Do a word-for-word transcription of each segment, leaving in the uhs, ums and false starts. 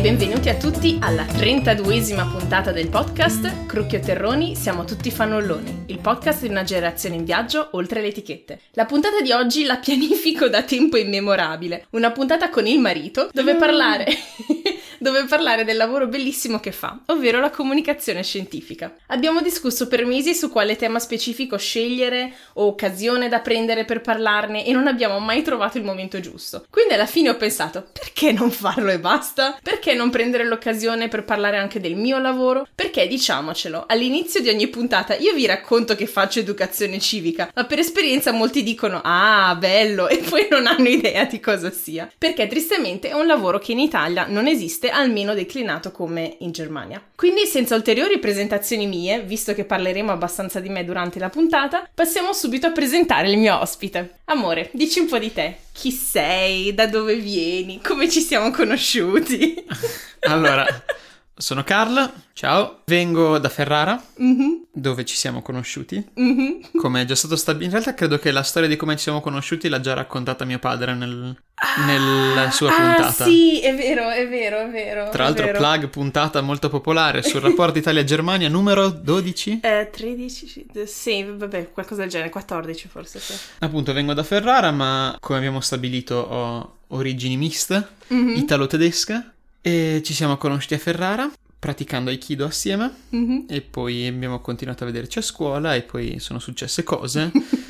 benvenuti a tutti alla trentaduesima puntata del podcast Crucchio Terroni, siamo tutti fannulloni, il podcast di una generazione in viaggio oltre le etichette. La puntata di oggi la pianifico da tempo immemorabile, una puntata con il marito dove parlare... dove parlare del lavoro bellissimo che fa, ovvero la comunicazione scientifica. Abbiamo discusso per mesi su quale tema specifico scegliere o occasione da prendere per parlarne e non abbiamo mai trovato il momento giusto. Quindi alla fine ho pensato, perché non farlo e basta? Perché non prendere l'occasione per parlare anche del mio lavoro? Perché, diciamocelo, all'inizio di ogni puntata io vi racconto che faccio educazione civica, ma per esperienza molti dicono «Ah, bello!» e poi non hanno idea di cosa sia. Perché tristemente è un lavoro che in Italia non esiste almeno declinato come in Germania. Quindi senza ulteriori presentazioni mie, visto che parleremo abbastanza di me durante la puntata, passiamo subito a presentare il mio ospite. Amore, dici un po' di te. Chi sei? Da dove vieni? Come ci siamo conosciuti? Allora, sono Carl, ciao, vengo da Ferrara, mm-hmm. dove ci siamo conosciuti. Mm-hmm. Come è già stato stabilito, in realtà credo che la storia di come ci siamo conosciuti l'ha già raccontata mio padre nel... nella sua puntata. Ah, sì, è vero, è vero, è vero. Tra è l'altro, vero. plug, puntata molto popolare sul rapporto Italia-Germania numero dodici? Eh, tredici, sì, vabbè, qualcosa del genere, quattordici forse, sì. Appunto, vengo da Ferrara, ma come abbiamo stabilito ho origini miste, Mm-hmm. italo-tedesche, e ci siamo conosciuti a Ferrara praticando Aikido assieme, Mm-hmm. e poi abbiamo continuato a vederci a scuola e poi sono successe cose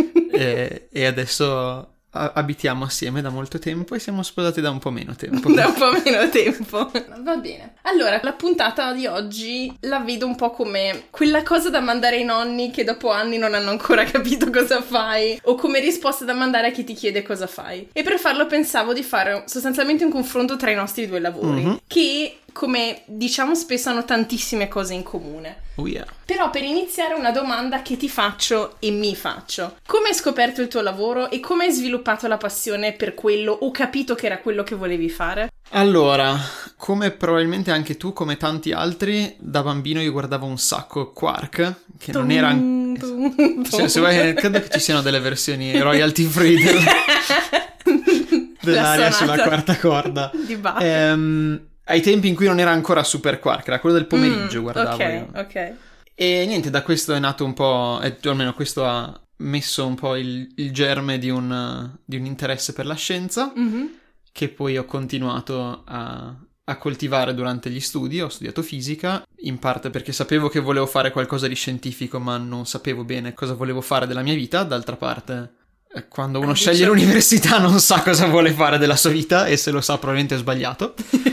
e, e adesso abitiamo assieme da molto tempo e siamo sposati da un po' meno tempo. Da un po' meno tempo. Va bene. Allora, la puntata di oggi la vedo un po' come quella cosa da mandare ai nonni che dopo anni non hanno ancora capito cosa fai, o come risposta da mandare a chi ti chiede cosa fai. E per farlo pensavo di fare sostanzialmente un confronto tra i nostri due lavori, mm-hmm. che, come diciamo spesso, hanno tantissime cose in comune. Oh yeah. Però per iniziare una domanda che ti faccio e mi faccio. Come hai scoperto il tuo lavoro e come hai sviluppato la passione per quello o capito che era quello che volevi fare? Allora, come probabilmente anche tu, come tanti altri, da bambino io guardavo un sacco Quark, che non era... Se, se vuoi, credo che ci siano delle versioni royalty free del... dell'aria sulla quarta corda. Di Bach. Ehm... Ai tempi in cui non era ancora Super Quark, era quello del pomeriggio, mm, guardavo ok, io. ok. E niente, da questo è nato un po', e almeno questo ha messo un po' il, il germe di un, di un interesse per la scienza, Mm-hmm. che poi ho continuato a, a coltivare durante gli studi. Ho studiato fisica, in parte perché sapevo che volevo fare qualcosa di scientifico, ma non sapevo bene cosa volevo fare della mia vita. D'altra parte, quando uno ah, sceglie diciamo... l'università non sa cosa vuole fare della sua vita, e se lo sa probabilmente è sbagliato.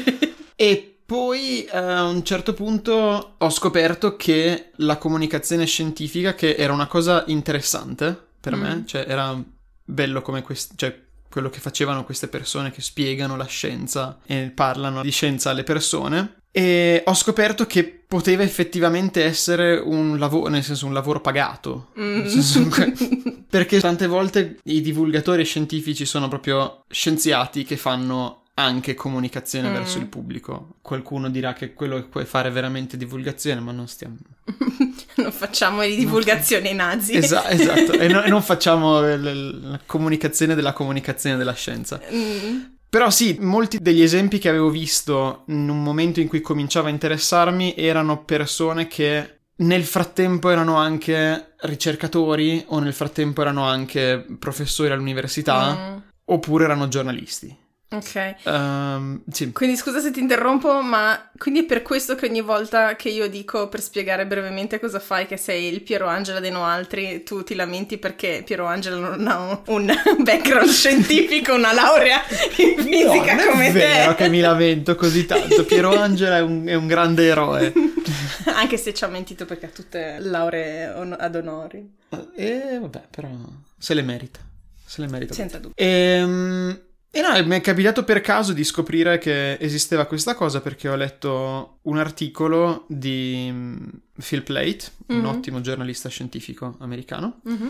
E poi a un certo punto ho scoperto che la comunicazione scientifica, che era una cosa interessante per mm. me, cioè era bello come quest- cioè quello che facevano queste persone che spiegano la scienza e parlano di scienza alle persone, e ho scoperto che poteva effettivamente essere un lavoro, nel senso un lavoro pagato, mm. nel senso che, perché tante volte i divulgatori scientifici sono proprio scienziati che fanno anche comunicazione mm. verso il pubblico. Qualcuno dirà che quello che puoi fare è veramente divulgazione, ma non stiamo... non facciamo le divulgazioni ai nazi. Esa- esatto, e, no- e non facciamo l- l- la comunicazione della comunicazione della scienza. Mm. Però sì, molti degli esempi che avevo visto in un momento in cui cominciava a interessarmi erano persone che nel frattempo erano anche ricercatori, o nel frattempo erano anche professori all'università, mm. oppure erano giornalisti. Ok. Um, sì. Quindi scusa se ti interrompo, ma quindi è per questo che ogni volta che io dico, per spiegare brevemente cosa fai, che sei il Piero Angela dei Noaltri, tu ti lamenti perché Piero Angela non ha un background scientifico, una laurea in fisica no, come te. te. È vero che mi lamento così tanto. Piero Angela è un, è un grande eroe. Anche se ci ha mentito perché ha tutte lauree on- ad onori. E vabbè, però se le merita. Se le merita. Senza dubbio. Ehm... E no, mi è capitato per caso di scoprire che esisteva questa cosa perché ho letto un articolo di Phil Plait, mm-hmm. un ottimo giornalista scientifico americano, mm-hmm.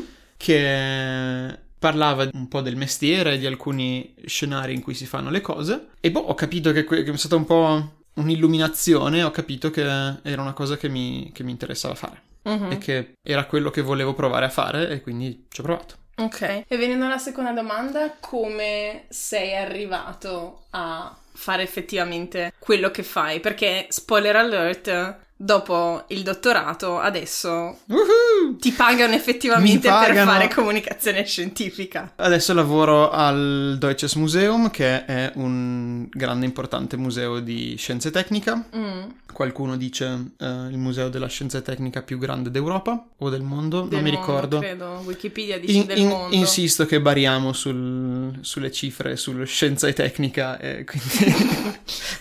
che parlava un po' del mestiere, di alcuni scenari in cui si fanno le cose, e boh, ho capito che, que- che è stata un po' un'illuminazione, ho capito che era una cosa che mi, che mi interessava fare, mm-hmm. e che era quello che volevo provare a fare, e quindi ci ho provato. Ok, e venendo alla seconda domanda, come sei arrivato a fare effettivamente quello che fai? Perché, spoiler alert, dopo il dottorato adesso Woohoo! ti pagano effettivamente Mi pagano. per fare comunicazione scientifica. Adesso lavoro al Deutsches Museum, che è un grande importante museo di scienze tecnica. Mm. Qualcuno dice eh, il museo della scienza tecnica più grande d'Europa o del mondo, Del non mi mondo, ricordo. credo. Wikipedia dice In- del in- mondo. Insisto che bariamo sul- sulle cifre, sulla scienza e tecnica, e quindi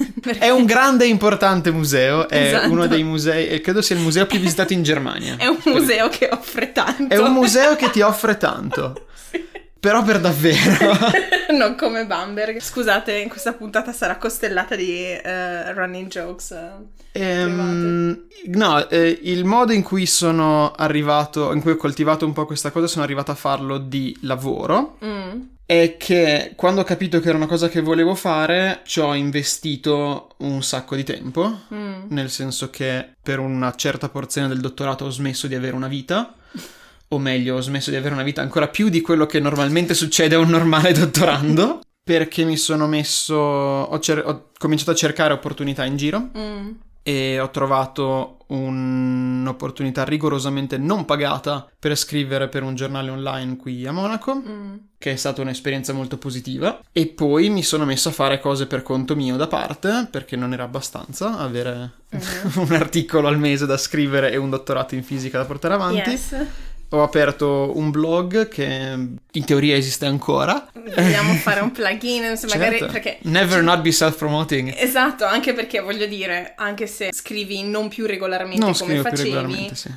è un grande e importante museo, è Esatto. uno dei musei, e credo sia il museo più visitato in Germania. È un museo che offre tanto. È un museo che ti offre tanto, Sì. però per davvero. Non come Bamberg. Scusate, in questa puntata sarà costellata di eh, running jokes. eh, Ehm, no, eh, il modo in cui sono arrivato, in cui ho coltivato un po' questa cosa, sono arrivato a farlo di lavoro. Mm. È che quando ho capito che era una cosa che volevo fare, ci ho investito un sacco di tempo, Mm. nel senso che per una certa porzione del dottorato ho smesso di avere una vita, o meglio, ho smesso di avere una vita ancora più di quello che normalmente succede a un normale dottorando, perché mi sono messo, ho, cer- ho cominciato a cercare opportunità in giro, Mm. e ho trovato un'opportunità rigorosamente non pagata per scrivere per un giornale online qui a Monaco, Mm. che è stata un'esperienza molto positiva, e poi mi sono messo a fare cose per conto mio da parte, perché non era abbastanza avere Mm. un articolo al mese da scrivere e un dottorato in fisica da portare avanti. Yes. Ho aperto un blog che in teoria esiste ancora. Vogliamo fare un plugin, se magari Certo. perché Never not be self-promoting. esatto, anche perché voglio dire, anche se scrivi non più regolarmente Non come scrivo più facevi, regolarmente, sì.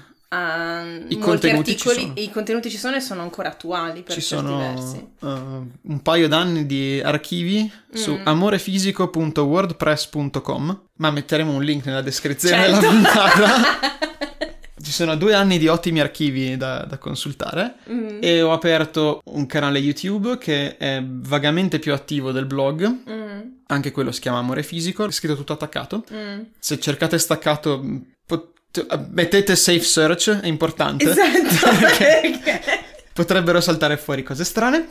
uh, I molti contenuti ci articoli, sono. i contenuti ci sono e sono ancora attuali per Ci certi sono versi. uh, un paio d'anni di archivi su Mm. amorefisico punto wordpress punto com, ma metteremo un link nella descrizione Certo. della puntata. Ci sono due anni di ottimi archivi da, da consultare. Mm. E ho aperto un canale YouTube che è vagamente più attivo del blog. Mm. Anche quello si chiama Amore Fisico, è scritto tutto attaccato. Mm. Se cercate staccato, pot- mettete safe search, è importante. Esatto, perché perché potrebbero saltare fuori cose strane.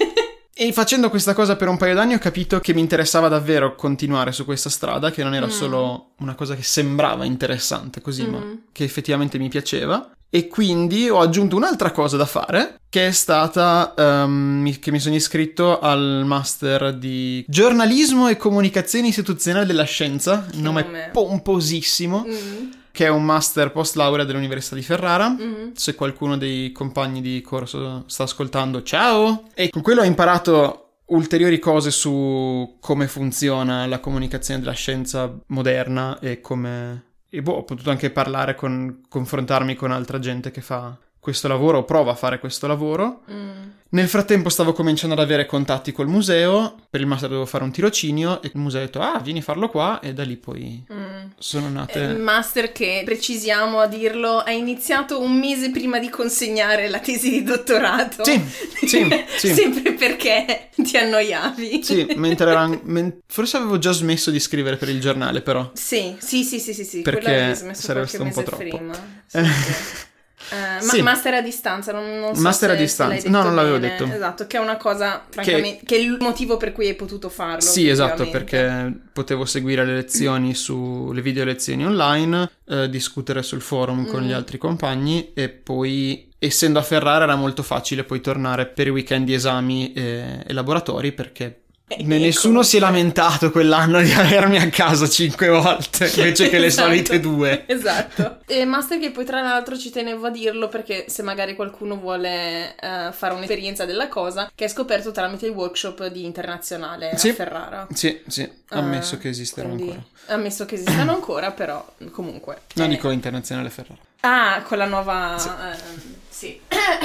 E facendo questa cosa per un paio d'anni ho capito che mi interessava davvero continuare su questa strada, che non era Mm. solo una cosa che sembrava interessante così, Mm. ma che effettivamente mi piaceva. E quindi ho aggiunto un'altra cosa da fare, che è stata um, mi- che mi sono iscritto al master di giornalismo e comunicazione istituzionale della scienza, Che nome nome. pomposissimo, Mm. che è un master post laurea dell'Università di Ferrara. Mm. Se qualcuno dei compagni di corso sta ascoltando, ciao! E con quello ho imparato ulteriori cose su come funziona la comunicazione della scienza moderna e come... E boh, ho potuto anche parlare con... confrontarmi con altra gente che fa questo lavoro o prova a fare questo lavoro. Mm. Nel frattempo stavo cominciando ad avere contatti col museo, per il master dovevo fare un tirocinio e il museo ha detto ah vieni a farlo qua, e da lì poi Mm. sono Il nate... master che, precisiamo a dirlo, ha iniziato un mese prima di consegnare la tesi di dottorato. Sì, sì, sì. Sempre perché ti annoiavi. Sì, mentre era... men- forse avevo già smesso di scrivere per il giornale, però. Sì, sì, sì, sì, sì, sì. Perché quello avevi smesso sarebbe qualche stato un po' mese troppo. prima. Sì, sì. Eh, ma- Sì. Master a distanza, non, non so Master a se- se distanza. l'hai No, detto non l'avevo bene. detto. Esatto, che è una cosa, francamente, che... è il motivo per cui hai potuto farlo. Sì, esatto, effettivamente. perché potevo seguire le lezioni su le video lezioni online, eh, discutere sul forum con Mm. gli altri compagni, e poi, essendo a Ferrara, era molto facile poi tornare per i weekend di esami e, e laboratori, perché E- ne- e nessuno comunque- si è lamentato quell'anno di avermi a casa cinque volte invece che le Esatto. solite due. Esatto. E master che poi tra l'altro ci tenevo a dirlo perché se magari qualcuno vuole eh, fare un'esperienza della cosa, che hai scoperto tramite il workshop di internazionale Sì. a Ferrara. Sì, sì, ammesso Ah, che esistano quindi- ancora. Ammesso che esistano ancora, però comunque. No, Eh, dico internazionale Ferrara. Ah, con la nuova... Sì. ehm, sì.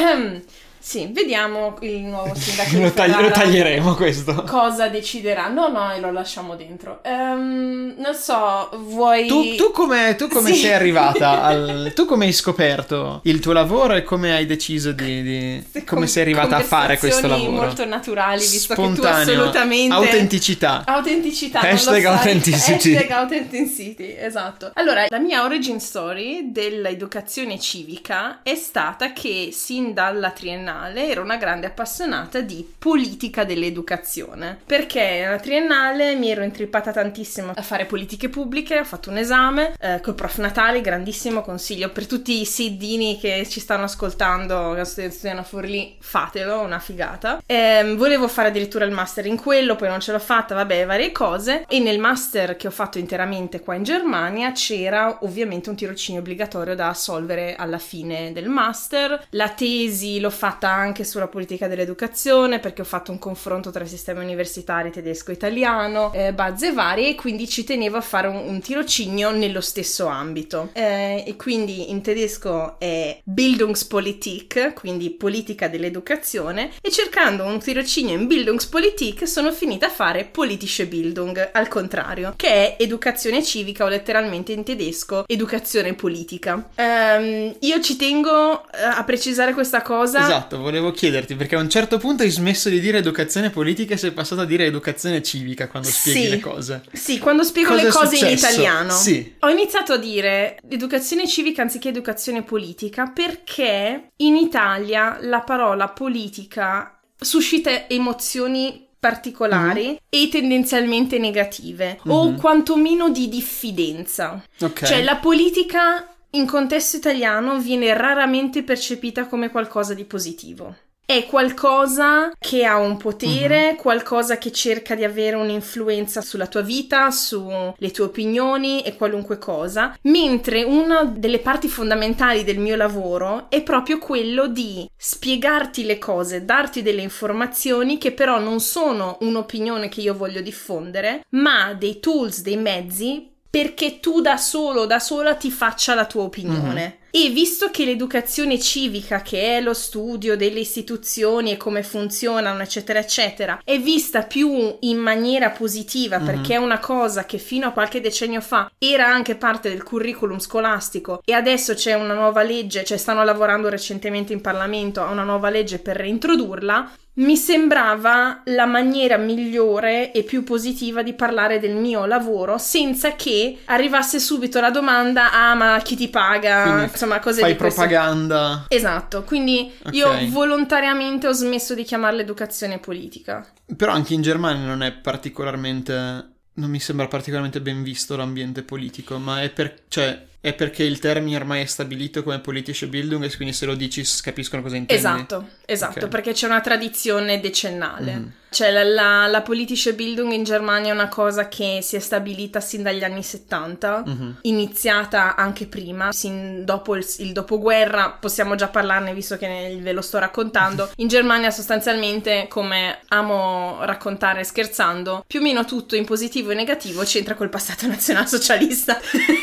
Sì, vediamo il nuovo sindaco di Lo, tagli- lo Ferrara taglieremo questo. cosa deciderà. No, no, e lo lasciamo dentro. Ehm, non so, vuoi... Tu, tu come, tu come Sì. sei arrivata al... Tu come hai scoperto il tuo lavoro e come hai deciso di... di- Se come con- sei arrivata a fare questo conversazioni lavoro? molto naturali, visto che Spontaneo, tu assolutamente... autenticità. Autenticità, Hashtag non lo sai. authenticity. Hashtag authenticity, esatto. Allora, la mia origin story dell'educazione civica è stata che sin dalla triennale triennale ero una grande appassionata di politica dell'educazione, perché alla triennale mi ero intrippata tantissimo a fare politiche pubbliche, ho fatto un esame eh, col prof Natale, grandissimo consiglio per tutti i siddini che ci stanno ascoltando, che studiano a Forlì, fatelo, una figata. E, volevo fare addirittura il master in quello, poi non ce l'ho fatta, vabbè, varie cose, e nel master che ho fatto interamente qua in Germania c'era ovviamente un tirocinio obbligatorio da assolvere alla fine del master. La tesi l'ho fatta anche sulla politica dell'educazione, perché ho fatto un confronto tra il sistema universitario tedesco e italiano, eh, bazze varie, e quindi ci tenevo a fare un, un tirocinio nello stesso ambito. Eh, e quindi in tedesco è Bildungspolitik, quindi politica dell'educazione, e cercando un tirocinio in Bildungspolitik sono finita a fare Politische Bildung, al contrario, che è educazione civica, o letteralmente in tedesco educazione politica. Um, io ci tengo a precisare questa cosa. Esatto, volevo chiederti, perché a un certo punto hai smesso di dire educazione politica e sei passato a dire educazione civica quando spieghi sì, le cose. Sì, quando spiego Cosa le cose in italiano. Sì. Ho iniziato a dire educazione civica anziché educazione politica perché in Italia la parola politica suscita emozioni particolari mm-hmm. e tendenzialmente negative, mm-hmm. o quantomeno di diffidenza. Okay. Cioè la politica in contesto italiano viene raramente percepita come qualcosa di positivo. È qualcosa che ha un potere, uh-huh. qualcosa che cerca di avere un'influenza sulla tua vita, sulle tue opinioni e qualunque cosa, mentre una delle parti fondamentali del mio lavoro è proprio quello di spiegarti le cose, darti delle informazioni che però non sono un'opinione che io voglio diffondere, ma dei tools, dei mezzi perché tu da solo, da sola ti faccia la tua opinione. Mm-hmm. E visto che l'educazione civica, che è lo studio delle istituzioni e come funzionano, eccetera, eccetera, è vista più in maniera positiva, mm-hmm. perché è una cosa che fino a qualche decennio fa era anche parte del curriculum scolastico e adesso c'è una nuova legge, cioè stanno lavorando recentemente in Parlamento a una nuova legge per reintrodurla, mi sembrava la maniera migliore e più positiva di parlare del mio lavoro senza che arrivasse subito la domanda ah ma chi ti paga, quindi insomma cose fai di questo. Propaganda. Esatto, quindi okay. io volontariamente ho smesso di chiamarla educazione politica. Però anche in Germania non è particolarmente, non mi sembra particolarmente ben visto l'ambiente politico, ma è per, cioè è perché il termine ormai è stabilito come politische Bildung e quindi se lo dici capiscono cosa intendi. Esatto, esatto, okay. Perché c'è una tradizione decennale. Mm. Cioè la, la, la politische Bildung in Germania è una cosa che si è stabilita sin dagli anni settanta, mm-hmm. iniziata anche prima, sin dopo il, il dopoguerra, possiamo già parlarne visto che ve lo sto raccontando. In Germania sostanzialmente, come amo raccontare scherzando, più o meno tutto in positivo e negativo c'entra col passato nazionalsocialista.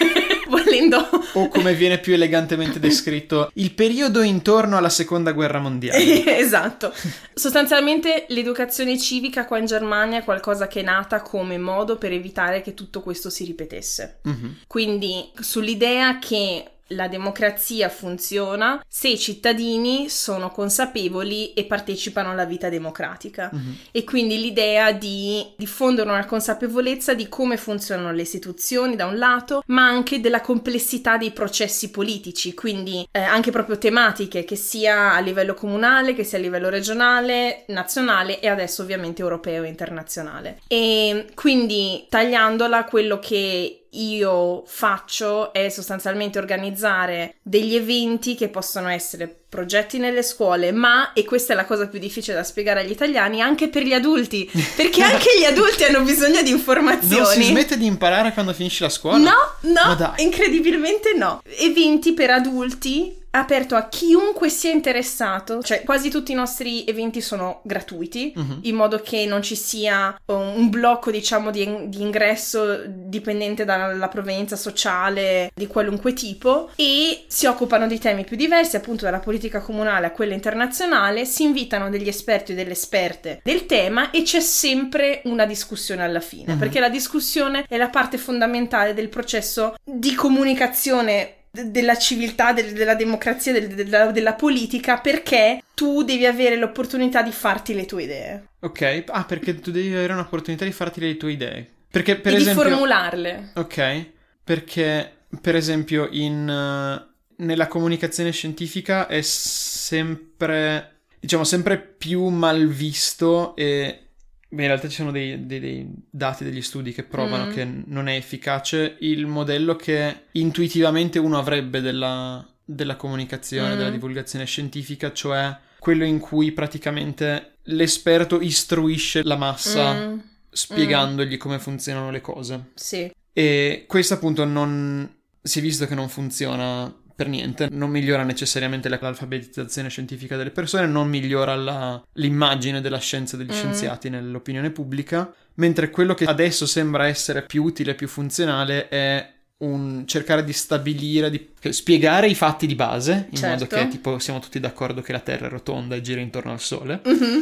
Volendo. O come viene più elegantemente descritto, il periodo intorno alla seconda guerra mondiale. Esatto. Sostanzialmente l'educazione civica qua in Germania è qualcosa che è nata come modo per evitare che tutto questo si ripetesse. Mm-hmm. Quindi sull'idea che la democrazia funziona se i cittadini sono consapevoli e partecipano alla vita democratica. Mm-hmm. E quindi l'idea di diffondere una consapevolezza di come funzionano le istituzioni da un lato, ma anche della complessità dei processi politici, quindi eh, anche proprio tematiche, che sia a livello comunale, che sia a livello regionale, nazionale e adesso ovviamente europeo e internazionale. E quindi tagliandola, quello che io faccio è sostanzialmente organizzare degli eventi che possono essere progetti nelle scuole, ma, e questa è la cosa più difficile da spiegare agli italiani, anche per gli adulti, perché anche gli adulti hanno bisogno di informazioni. Non si smette di imparare quando finisci la scuola? No, no, incredibilmente no. Eventi per adulti aperto a chiunque sia interessato, cioè quasi tutti i nostri eventi sono gratuiti, uh-huh. in modo che non ci sia un blocco, diciamo, di, di ingresso dipendente dalla provenienza sociale di qualunque tipo, e si occupano di temi più diversi, appunto dalla politica comunale a quella internazionale, si invitano degli esperti o delle esperte del tema e c'è sempre una discussione alla fine, uh-huh. perché la discussione è la parte fondamentale del processo di comunicazione della civiltà, del, della democrazia, del, della, della politica, perché tu devi avere l'opportunità di farti le tue idee. Ok, ah, perché tu devi avere un'opportunità di farti le tue idee. Perché, per e esempio, di formularle. Ok, perché per esempio in uh, nella comunicazione scientifica è sempre diciamo, sempre più mal visto e... Beh, in realtà ci sono dei, dei, dei dati, degli studi che provano mm. che non è efficace il modello che intuitivamente uno avrebbe della, della comunicazione, mm. della divulgazione scientifica, cioè quello in cui praticamente l'esperto istruisce la massa mm. spiegandogli mm. come funzionano le cose. Sì. E questo appunto non si è visto che non funziona per niente, non migliora necessariamente l'alfabetizzazione scientifica delle persone, non migliora la, l'immagine della scienza e degli mm. scienziati nell'opinione pubblica, mentre quello che adesso sembra essere più utile, più funzionale è un cercare di stabilire, di spiegare i fatti di base, in certo. modo che tipo siamo tutti d'accordo che la Terra è rotonda e gira intorno al Sole. Mm-hmm.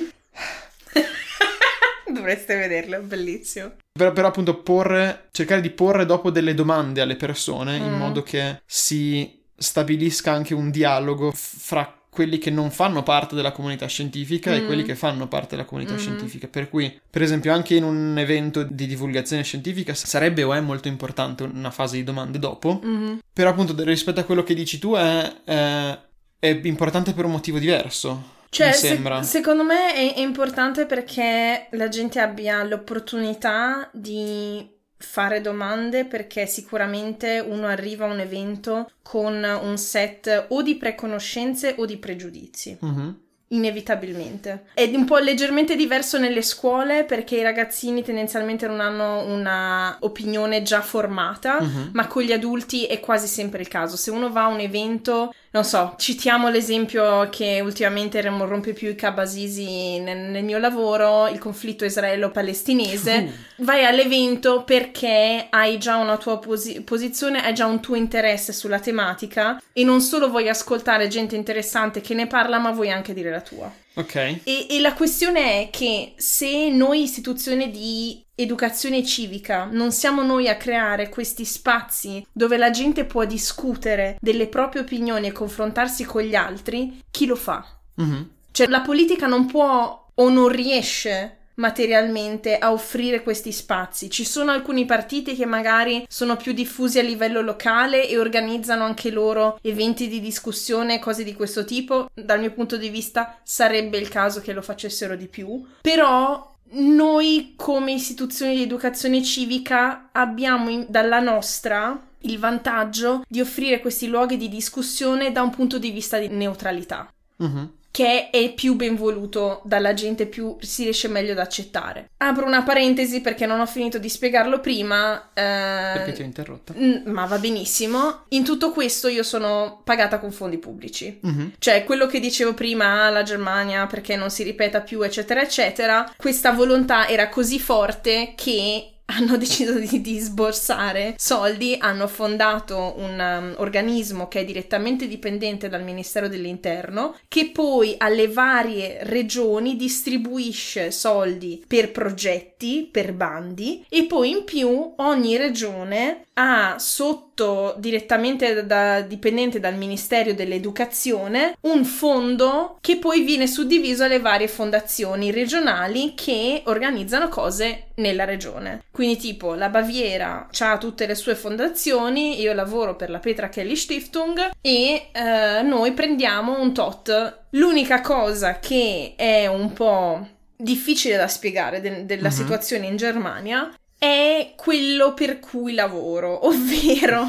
Dovreste vederlo, è bellissimo. Però, però appunto porre, cercare di porre dopo delle domande alle persone mm. in modo che si stabilisca anche un dialogo fra quelli che non fanno parte della comunità scientifica mm. e quelli che fanno parte della comunità mm. scientifica. Per cui, per esempio, anche in un evento di divulgazione scientifica sarebbe o è molto importante una fase di domande dopo, mm. però appunto rispetto a quello che dici tu è, è, è importante per un motivo diverso. Cioè, mi sembra. Se, secondo me è, è importante perché la gente abbia l'opportunità di fare domande, perché sicuramente uno arriva a un evento con un set o di preconoscenze o di pregiudizi. Mm-hmm. Inevitabilmente. È un po' leggermente diverso nelle scuole perché i ragazzini tendenzialmente non hanno una opinione già formata, uh-huh. ma con gli adulti è quasi sempre il caso. Se uno va a un evento, non so, citiamo l'esempio che ultimamente rompe più i cabasisi nel, nel mio lavoro, il conflitto israelo-palestinese, uh. vai all'evento perché hai già una tua posi- posizione, hai già un tuo interesse sulla tematica e non solo vuoi ascoltare gente interessante che ne parla, ma vuoi anche dire la tua. Ok. E, e la questione è che se noi istituzione di educazione civica non siamo noi a creare questi spazi dove la gente può discutere delle proprie opinioni e confrontarsi con gli altri, chi lo fa? Mm-hmm. Cioè la politica non può o non riesce materialmente a offrire questi spazi. Ci sono alcuni partiti che magari sono più diffusi a livello locale e organizzano anche loro eventi di discussione, cose di questo tipo. Dal mio punto di vista sarebbe il caso che lo facessero di più, però noi come istituzioni di educazione civica abbiamo in, dalla nostra il vantaggio di offrire questi luoghi di discussione da un punto di vista di neutralità. Mm-hmm. Che è più ben voluto dalla gente, più si riesce meglio ad accettare. Apro una parentesi perché non ho finito di spiegarlo prima. Eh, perché ti ho interrotta. N- ma va benissimo. In tutto questo io sono pagata con fondi pubblici. Mm-hmm. Cioè quello che dicevo prima, la Germania perché non si ripeta più, eccetera, eccetera. Questa volontà era così forte che hanno deciso di, di sborsare soldi, hanno fondato un um, organismo che è direttamente dipendente dal Ministero dell'Interno, che poi alle varie regioni distribuisce soldi per progetti, per bandi, e poi in più ogni regione ha sotto, direttamente da, dipendente dal Ministero dell'Educazione, un fondo che poi viene suddiviso alle varie fondazioni regionali che organizzano cose nella regione. Quindi tipo la Baviera ha tutte le sue fondazioni, io lavoro per la Petra Kelly Stiftung e eh, noi prendiamo un tot. L'unica cosa che è un po' difficile da spiegare de- della uh-huh. situazione in Germania è quello per cui lavoro, ovvero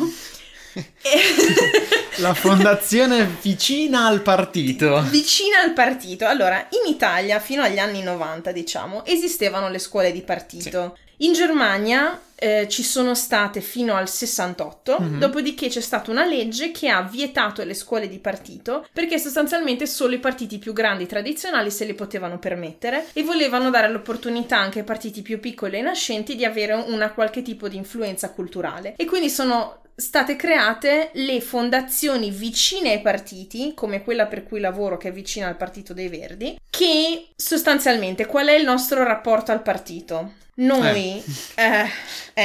la fondazione vicina al partito. Vicina al partito. Allora, in Italia fino agli anni novanta, diciamo, esistevano le scuole di partito. Sì. In Germania eh, ci sono state fino al sessantotto, mm-hmm. dopodiché c'è stata una legge che ha vietato le scuole di partito perché sostanzialmente solo i partiti più grandi tradizionali se le potevano permettere e volevano dare l'opportunità anche ai partiti più piccoli e nascenti di avere una qualche tipo di influenza culturale. E quindi sono state create le fondazioni vicine ai partiti, come quella per cui lavoro che è vicina al Partito dei Verdi, che sostanzialmente qual è il nostro rapporto al partito? Noi, eh, eh,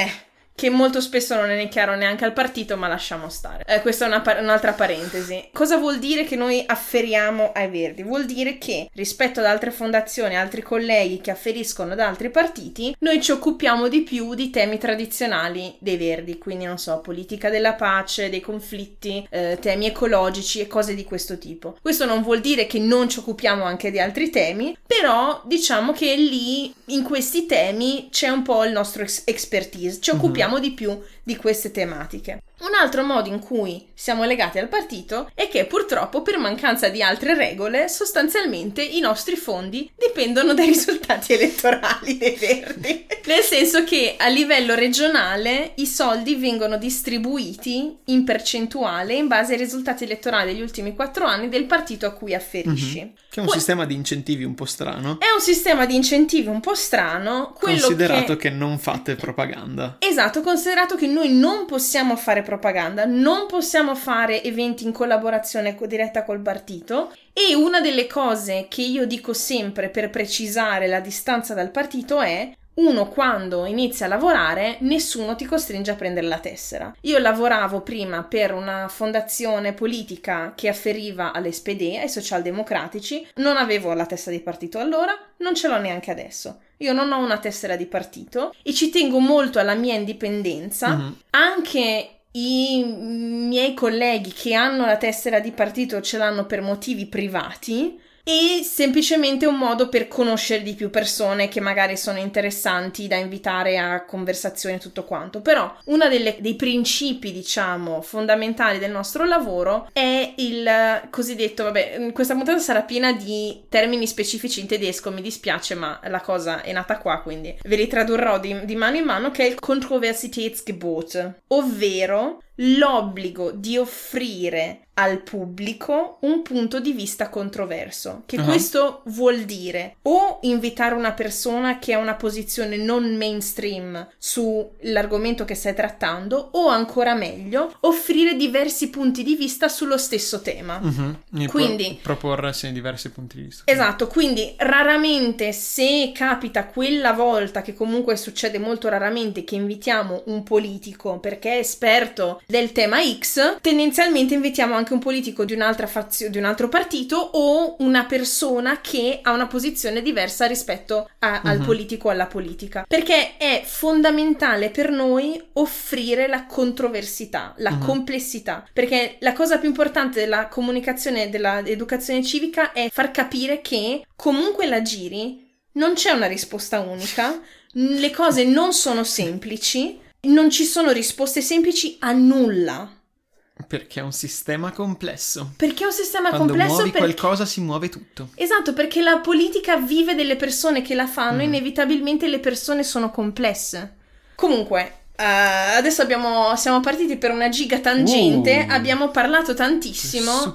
che molto spesso non è chiaro neanche al partito, ma lasciamo stare. Eh, questa è una par- un'altra parentesi. Cosa vuol dire che noi afferiamo ai Verdi? Vuol dire che rispetto ad altre fondazioni, altri colleghi che afferiscono ad altri partiti, noi ci occupiamo di più di temi tradizionali dei Verdi, quindi non so, politica della pace, dei conflitti, eh, temi ecologici e cose di questo tipo. Questo non vuol dire che non ci occupiamo anche di altri temi, però diciamo che lì in questi temi c'è un po' il nostro ex- expertise, ci occupiamo mm-hmm. di più di queste tematiche. Un altro modo in cui siamo legati al partito è che purtroppo per mancanza di altre regole sostanzialmente i nostri fondi dipendono dai risultati elettorali dei Verdi, nel senso che a livello regionale i soldi vengono distribuiti in percentuale in base ai risultati elettorali degli ultimi quattro anni del partito a cui afferisci. Mm-hmm. Che è un Poi, sistema di incentivi un po' strano. È un sistema di incentivi un po' strano. Considerato che... che non fate propaganda. Esatto, considerato che noi non possiamo fare propaganda, non possiamo fare eventi in collaborazione diretta col partito, e una delle cose che io dico sempre per precisare la distanza dal partito è: uno, quando inizia a lavorare, nessuno ti costringe a prendere la tessera. Io lavoravo prima per una fondazione politica che afferiva all'S P D, ai socialdemocratici, non avevo la tessera di partito allora, non ce l'ho neanche adesso. Io non ho una tessera di partito e ci tengo molto alla mia indipendenza, mm-hmm. anche i miei colleghi che hanno la tessera di partito ce l'hanno per motivi privati, e semplicemente un modo per conoscere di più persone che magari sono interessanti da invitare a conversazioni e tutto quanto. Però uno dei principi, diciamo, fondamentali del nostro lavoro è il cosiddetto, vabbè, questa puntata sarà piena di termini specifici in tedesco, mi dispiace, ma la cosa è nata qua, quindi ve li tradurrò di, di mano in mano, che è il Kontroversitätsgebot, ovvero l'obbligo di offrire al pubblico un punto di vista controverso, che uh-huh. questo vuol dire o invitare una persona che ha una posizione non mainstream sull'argomento che stai trattando, o ancora meglio offrire diversi punti di vista sullo stesso tema. Uh-huh. Quindi pro- proporre sì, diversi punti di vista. Esatto, quindi raramente, se capita quella volta, che comunque succede molto raramente, che invitiamo un politico perché è esperto del tema X, tendenzialmente invitiamo anche un politico di un'altra fazione, di un altro partito, o una persona che ha una posizione diversa rispetto a, uh-huh. al politico o alla politica, perché è fondamentale per noi offrire la controversità, la uh-huh. complessità, perché la cosa più importante della comunicazione, dell'educazione civica, è far capire che comunque la giri non c'è una risposta unica, le cose non sono semplici, non ci sono risposte semplici a nulla. Perché è un sistema complesso. Perché è un sistema Quando complesso. Quando muovi perché... qualcosa si muove tutto. Esatto, perché la politica vive delle persone che la fanno, mm. inevitabilmente le persone sono complesse. Comunque, Uh, adesso abbiamo, siamo partiti per una giga tangente, uh, abbiamo parlato tantissimo.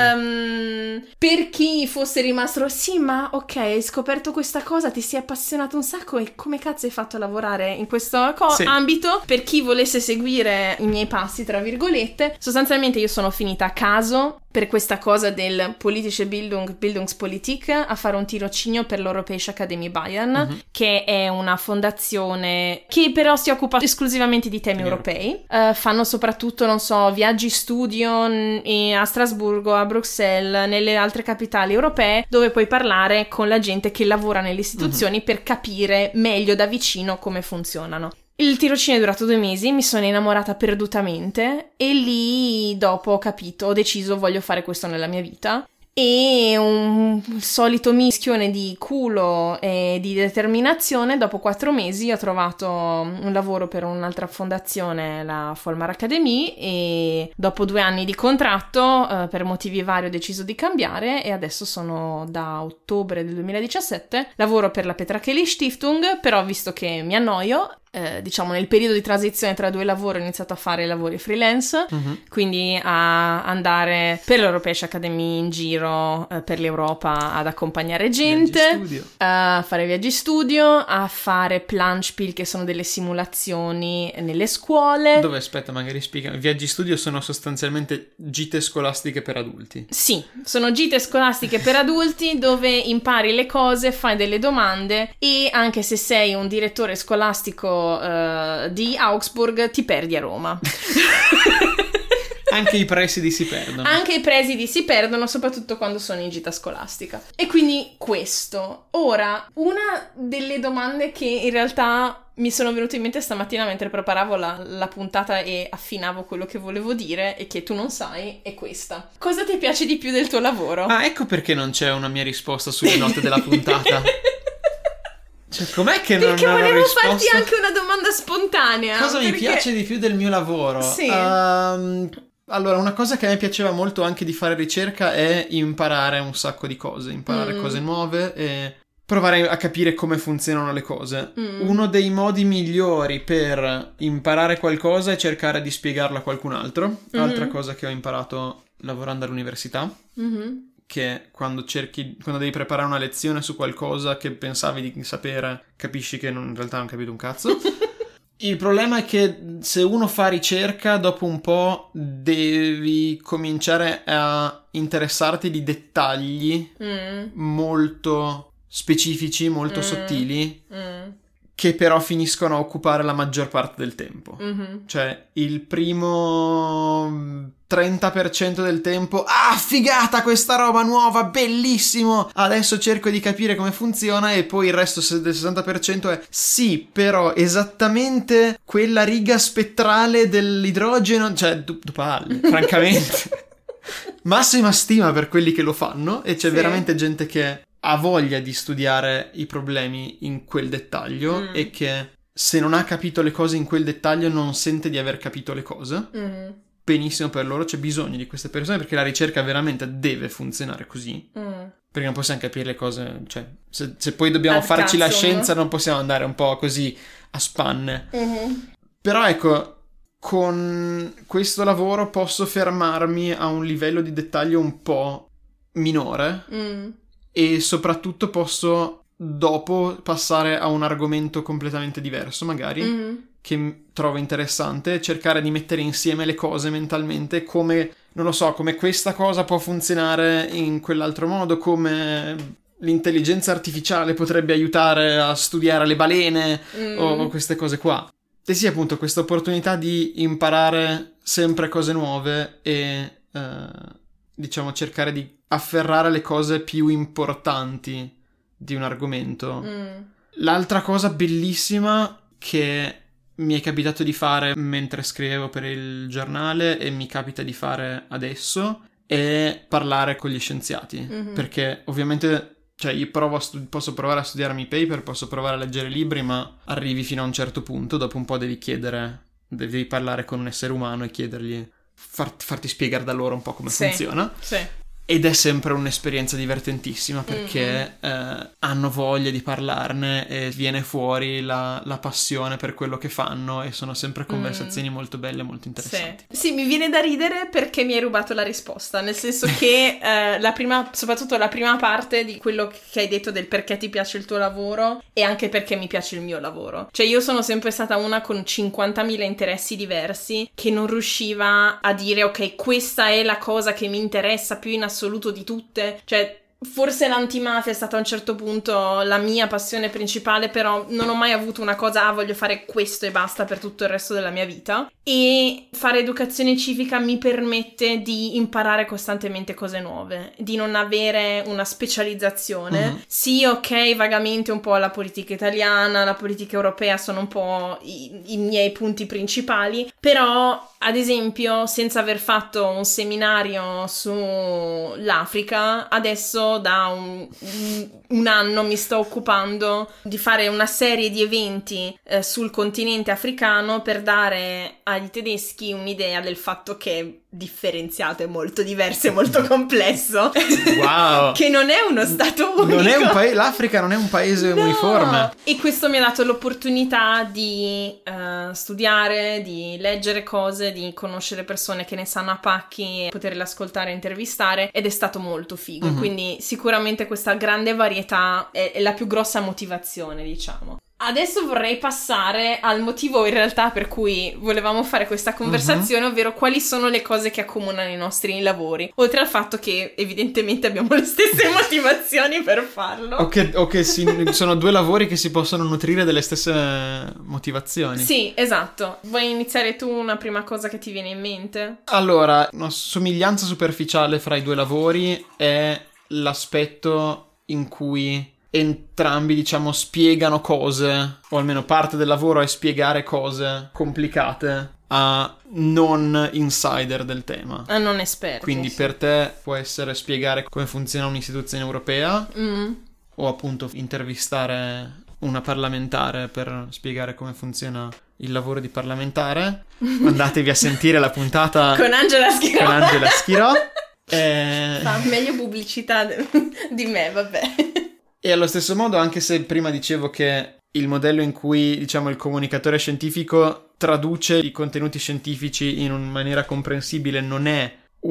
Um, per chi fosse rimasto, sì, ma ok, hai scoperto questa cosa, ti sei appassionato un sacco, e come cazzo hai fatto a lavorare in questo co- sì. ambito? Per chi volesse seguire i miei passi, tra virgolette, sostanzialmente io sono finita a caso per questa cosa del Politische Bildung, Bildungspolitik, a fare un tirocinio per l'Europäische Akademie Bayern, uh-huh. che è una fondazione che però si occupa esclusivamente di temi europei. Uh, fanno soprattutto, non so, viaggi studio n- a Strasburgo, a Bruxelles, nelle altre capitali europee, dove puoi parlare con la gente che lavora nelle istituzioni uh-huh. per capire meglio da vicino come funzionano. Il tirocinio è durato due mesi, mi sono innamorata perdutamente, e lì dopo ho capito, ho deciso, voglio fare questo nella mia vita. E un solito mischione di culo e di determinazione, dopo quattro mesi ho trovato un lavoro per un'altra fondazione, la Volmar Academy, e dopo due anni di contratto, eh, per motivi vari ho deciso di cambiare, e adesso sono da ottobre del duemiladiciassette, lavoro per la Petra Kelly Stiftung, però visto che mi annoio, Eh, diciamo nel periodo di transizione tra due lavori ho iniziato a fare lavori freelance, uh-huh. quindi a andare per l'Europäische Akademie in giro eh, per l'Europa ad accompagnare gente, a fare viaggi studio, a fare Planspiel, che sono delle simulazioni nelle scuole. Dove, aspetta, magari spiega, viaggi studio sono sostanzialmente gite scolastiche per adulti. Sì, sono gite scolastiche per adulti dove impari le cose, fai delle domande, e anche se sei un direttore scolastico uh, di Augsburg ti perdi a Roma. Anche i presidi si perdono. Anche i presidi si perdono, soprattutto quando sono in gita scolastica. E quindi questo. Ora, una delle domande che in realtà mi sono venute in mente stamattina mentre preparavo la, la puntata e affinavo quello che volevo dire e che tu non sai è questa. Cosa ti piace di più del tuo lavoro? Ah, ecco perché non c'è una mia risposta sulle note della puntata. Cioè, com'è che non Perché ho volevo risposto? farti anche una domanda spontanea. Cosa perché... mi piace di più del mio lavoro? Sì. Um, allora, una cosa che a me piaceva molto anche di fare ricerca è imparare un sacco di cose, imparare mm. cose nuove e provare a capire come funzionano le cose. Mm. Uno dei modi migliori per imparare qualcosa è cercare di spiegarlo a qualcun altro. Mm-hmm. Altra cosa che ho imparato lavorando all'università. Mm-hmm. Che quando cerchi, quando devi preparare una lezione su qualcosa che pensavi di sapere, capisci che non, in realtà non capito un cazzo. Il problema è che se uno fa ricerca, dopo un po' devi cominciare a interessarti di dettagli mm. molto specifici, molto mm. sottili, mm. che però finiscono a occupare la maggior parte del tempo. Mm-hmm. Cioè, il primo trenta per cento del tempo, ah, figata questa roba nuova, bellissimo, adesso cerco di capire come funziona, e poi il resto del sessanta per cento è, sì, però esattamente quella riga spettrale dell'idrogeno, cioè, du, du palle, francamente. Massima stima per quelli che lo fanno, e c'è sì. veramente gente che ha voglia di studiare i problemi in quel dettaglio mm. e che se non ha capito le cose in quel dettaglio non sente di aver capito le cose. Mm. Benissimo per loro, c'è bisogno di queste persone perché la ricerca veramente deve funzionare così. Mm. Perché non possiamo capire le cose, cioè se, se poi dobbiamo Al farci cazzo, la scienza no? non possiamo andare un po' così a spanne. Mm-hmm. Però ecco, con questo lavoro posso fermarmi a un livello di dettaglio un po' minore. Mm. E soprattutto posso dopo passare a un argomento completamente diverso, magari, mm-hmm. che trovo interessante, cercare di mettere insieme le cose mentalmente, come, non lo so, come questa cosa può funzionare in quell'altro modo, come l'intelligenza artificiale potrebbe aiutare a studiare le balene mm. o queste cose qua. E sì, appunto, questa opportunità di imparare sempre cose nuove e, eh, diciamo, cercare di afferrare le cose più importanti di un argomento. Mm. L'altra cosa bellissima che mi è capitato di fare mentre scrivevo per il giornale e mi capita di fare adesso è parlare con gli scienziati. Mm-hmm. Perché ovviamente, cioè, io provo a stu- posso provare a studiarmi i paper, posso provare a leggere libri, ma arrivi fino a un certo punto, dopo un po' devi chiedere, devi parlare con un essere umano e chiedergli, far- farti spiegare da loro un po' come sì. funziona. Sì. Ed è sempre un'esperienza divertentissima perché mm-hmm. eh, hanno voglia di parlarne e viene fuori la, la passione per quello che fanno e sono sempre conversazioni mm. molto belle, molto interessanti. Sì. sì, mi viene da ridere perché mi hai rubato la risposta, nel senso che eh, la prima, soprattutto la prima parte di quello che hai detto del perché ti piace il tuo lavoro e anche perché mi piace il mio lavoro. Cioè io sono sempre stata una con cinquantamila interessi diversi che non riusciva a dire ok, questa è la cosa che mi interessa più in assoluto di tutte, cioè forse l'antimafia è stata a un certo punto la mia passione principale, però non ho mai avuto una cosa, ah, voglio fare questo e basta per tutto il resto della mia vita. E fare educazione civica mi permette di imparare costantemente cose nuove, di non avere una specializzazione. Mm-hmm. Sì, ok, vagamente un po' la politica italiana, la politica europea sono un po' i, i miei punti principali, però ad esempio senza aver fatto un seminario sull'Africa, adesso da un, un anno mi sto occupando di fare una serie di eventi eh, sul continente africano per dare agli tedeschi un'idea del fatto che è differenziato e molto diverso e molto complesso. Wow! Che non è uno stato unico. Non è un pa- L'Africa non è un paese no. uniforme. E questo mi ha dato l'opportunità di uh, studiare, di leggere cose, di conoscere persone che ne sanno a pacchi, poterle ascoltare e intervistare, ed è stato molto figo. Mm-hmm. Quindi sicuramente questa grande varietà è, è la più grossa motivazione, diciamo. Adesso vorrei passare al motivo in realtà per cui volevamo fare questa conversazione, uh-huh. ovvero quali sono le cose che accomunano i nostri lavori, oltre al fatto che evidentemente abbiamo le stesse motivazioni per farlo. O che, o che si, sono due lavori che si possono nutrire delle stesse motivazioni. Sì, esatto. Vuoi iniziare tu una prima cosa che ti viene in mente? Allora, una somiglianza superficiale fra i due lavori è l'aspetto in cui entrambi, diciamo, spiegano cose, o almeno parte del lavoro è spiegare cose complicate a non insider del tema. A non esperti. Quindi sì. per te può essere spiegare come funziona un'istituzione europea, mm. o appunto intervistare una parlamentare per spiegare come funziona il lavoro di parlamentare. Andatevi a sentire la puntata con Angela Schirò. Con Angela Schirò. E... Fa meglio pubblicità di me, vabbè. E allo stesso modo, anche se prima dicevo che il modello in cui, diciamo, il comunicatore scientifico traduce i contenuti scientifici in una maniera comprensibile non è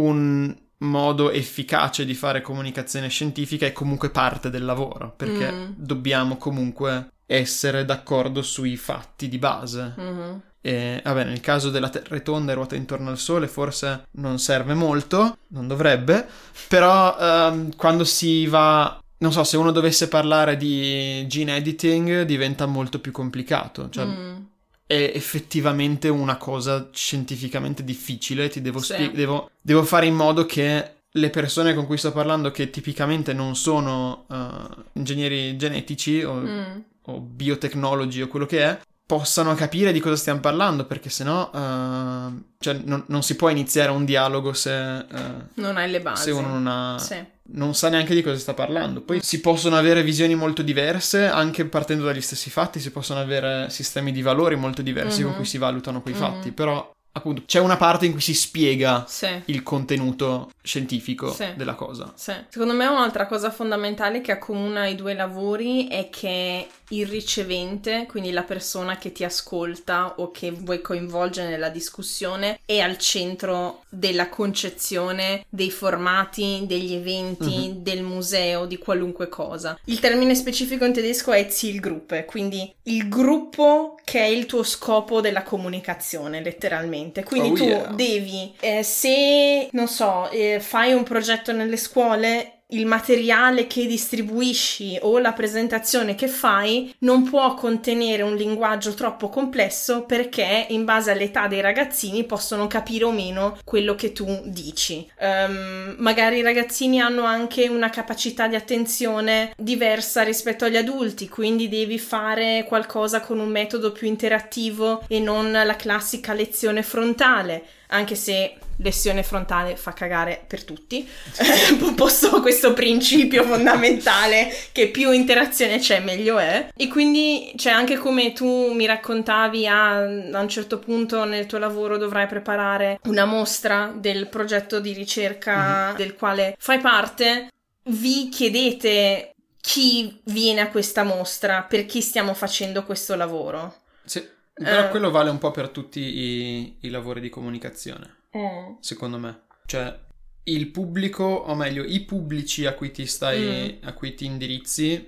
un modo efficace di fare comunicazione scientifica, è comunque parte del lavoro, perché mm. dobbiamo comunque essere d'accordo sui fatti di base. Mm-hmm. E vabbè, nel caso della Terra è tonda e ruota intorno al Sole forse non serve molto, non dovrebbe, però ehm, quando si va... Non so, se uno dovesse parlare di gene editing diventa molto più complicato, cioè mm. è effettivamente una cosa scientificamente difficile, ti devo, sì. spie- devo, devo fare in modo che le persone con cui sto parlando, che tipicamente non sono uh, ingegneri genetici o, mm. o biotecnologi o quello che è, possano capire di cosa stiamo parlando, perché sennò uh, cioè, non, non si può iniziare un dialogo se uh, non hai le basi, se uno non ha sì. non sa neanche di cosa sta parlando. Poi si possono avere visioni molto diverse, anche partendo dagli stessi fatti si possono avere sistemi di valori molto diversi mm-hmm. con cui si valutano quei mm-hmm. fatti, però appunto c'è una parte in cui si spiega sì. il contenuto scientifico sì. della cosa. Sì. Secondo me un'altra cosa fondamentale che accomuna i due lavori è che il ricevente, quindi la persona che ti ascolta o che vuoi coinvolgere nella discussione, è al centro della concezione dei formati, degli eventi, mm-hmm. del museo, di qualunque cosa. Il termine specifico in tedesco è Zielgruppe, quindi il gruppo che è il tuo scopo della comunicazione, letteralmente. Quindi oh, tu yeah. devi, eh, se, non so, eh, fai un progetto nelle scuole, il materiale che distribuisci o la presentazione che fai non può contenere un linguaggio troppo complesso, perché in base all'età dei ragazzini possono capire o meno quello che tu dici. Um, magari i ragazzini hanno anche una capacità di attenzione diversa rispetto agli adulti, quindi devi fare qualcosa con un metodo più interattivo e non la classica lezione frontale, anche se lezione frontale fa cagare per tutti. Posto questo principio fondamentale che più interazione c'è meglio è, e quindi c'è anche, come tu mi raccontavi, a, a un certo punto nel tuo lavoro dovrai preparare una mostra del progetto di ricerca mm-hmm. del quale fai parte. Vi chiedete chi viene a questa mostra, per chi stiamo facendo questo lavoro? Sì, però uh, quello vale un po' per tutti i, i lavori di comunicazione. Mm. Secondo me, cioè il pubblico, o meglio i pubblici a cui ti stai mm. a cui ti indirizzi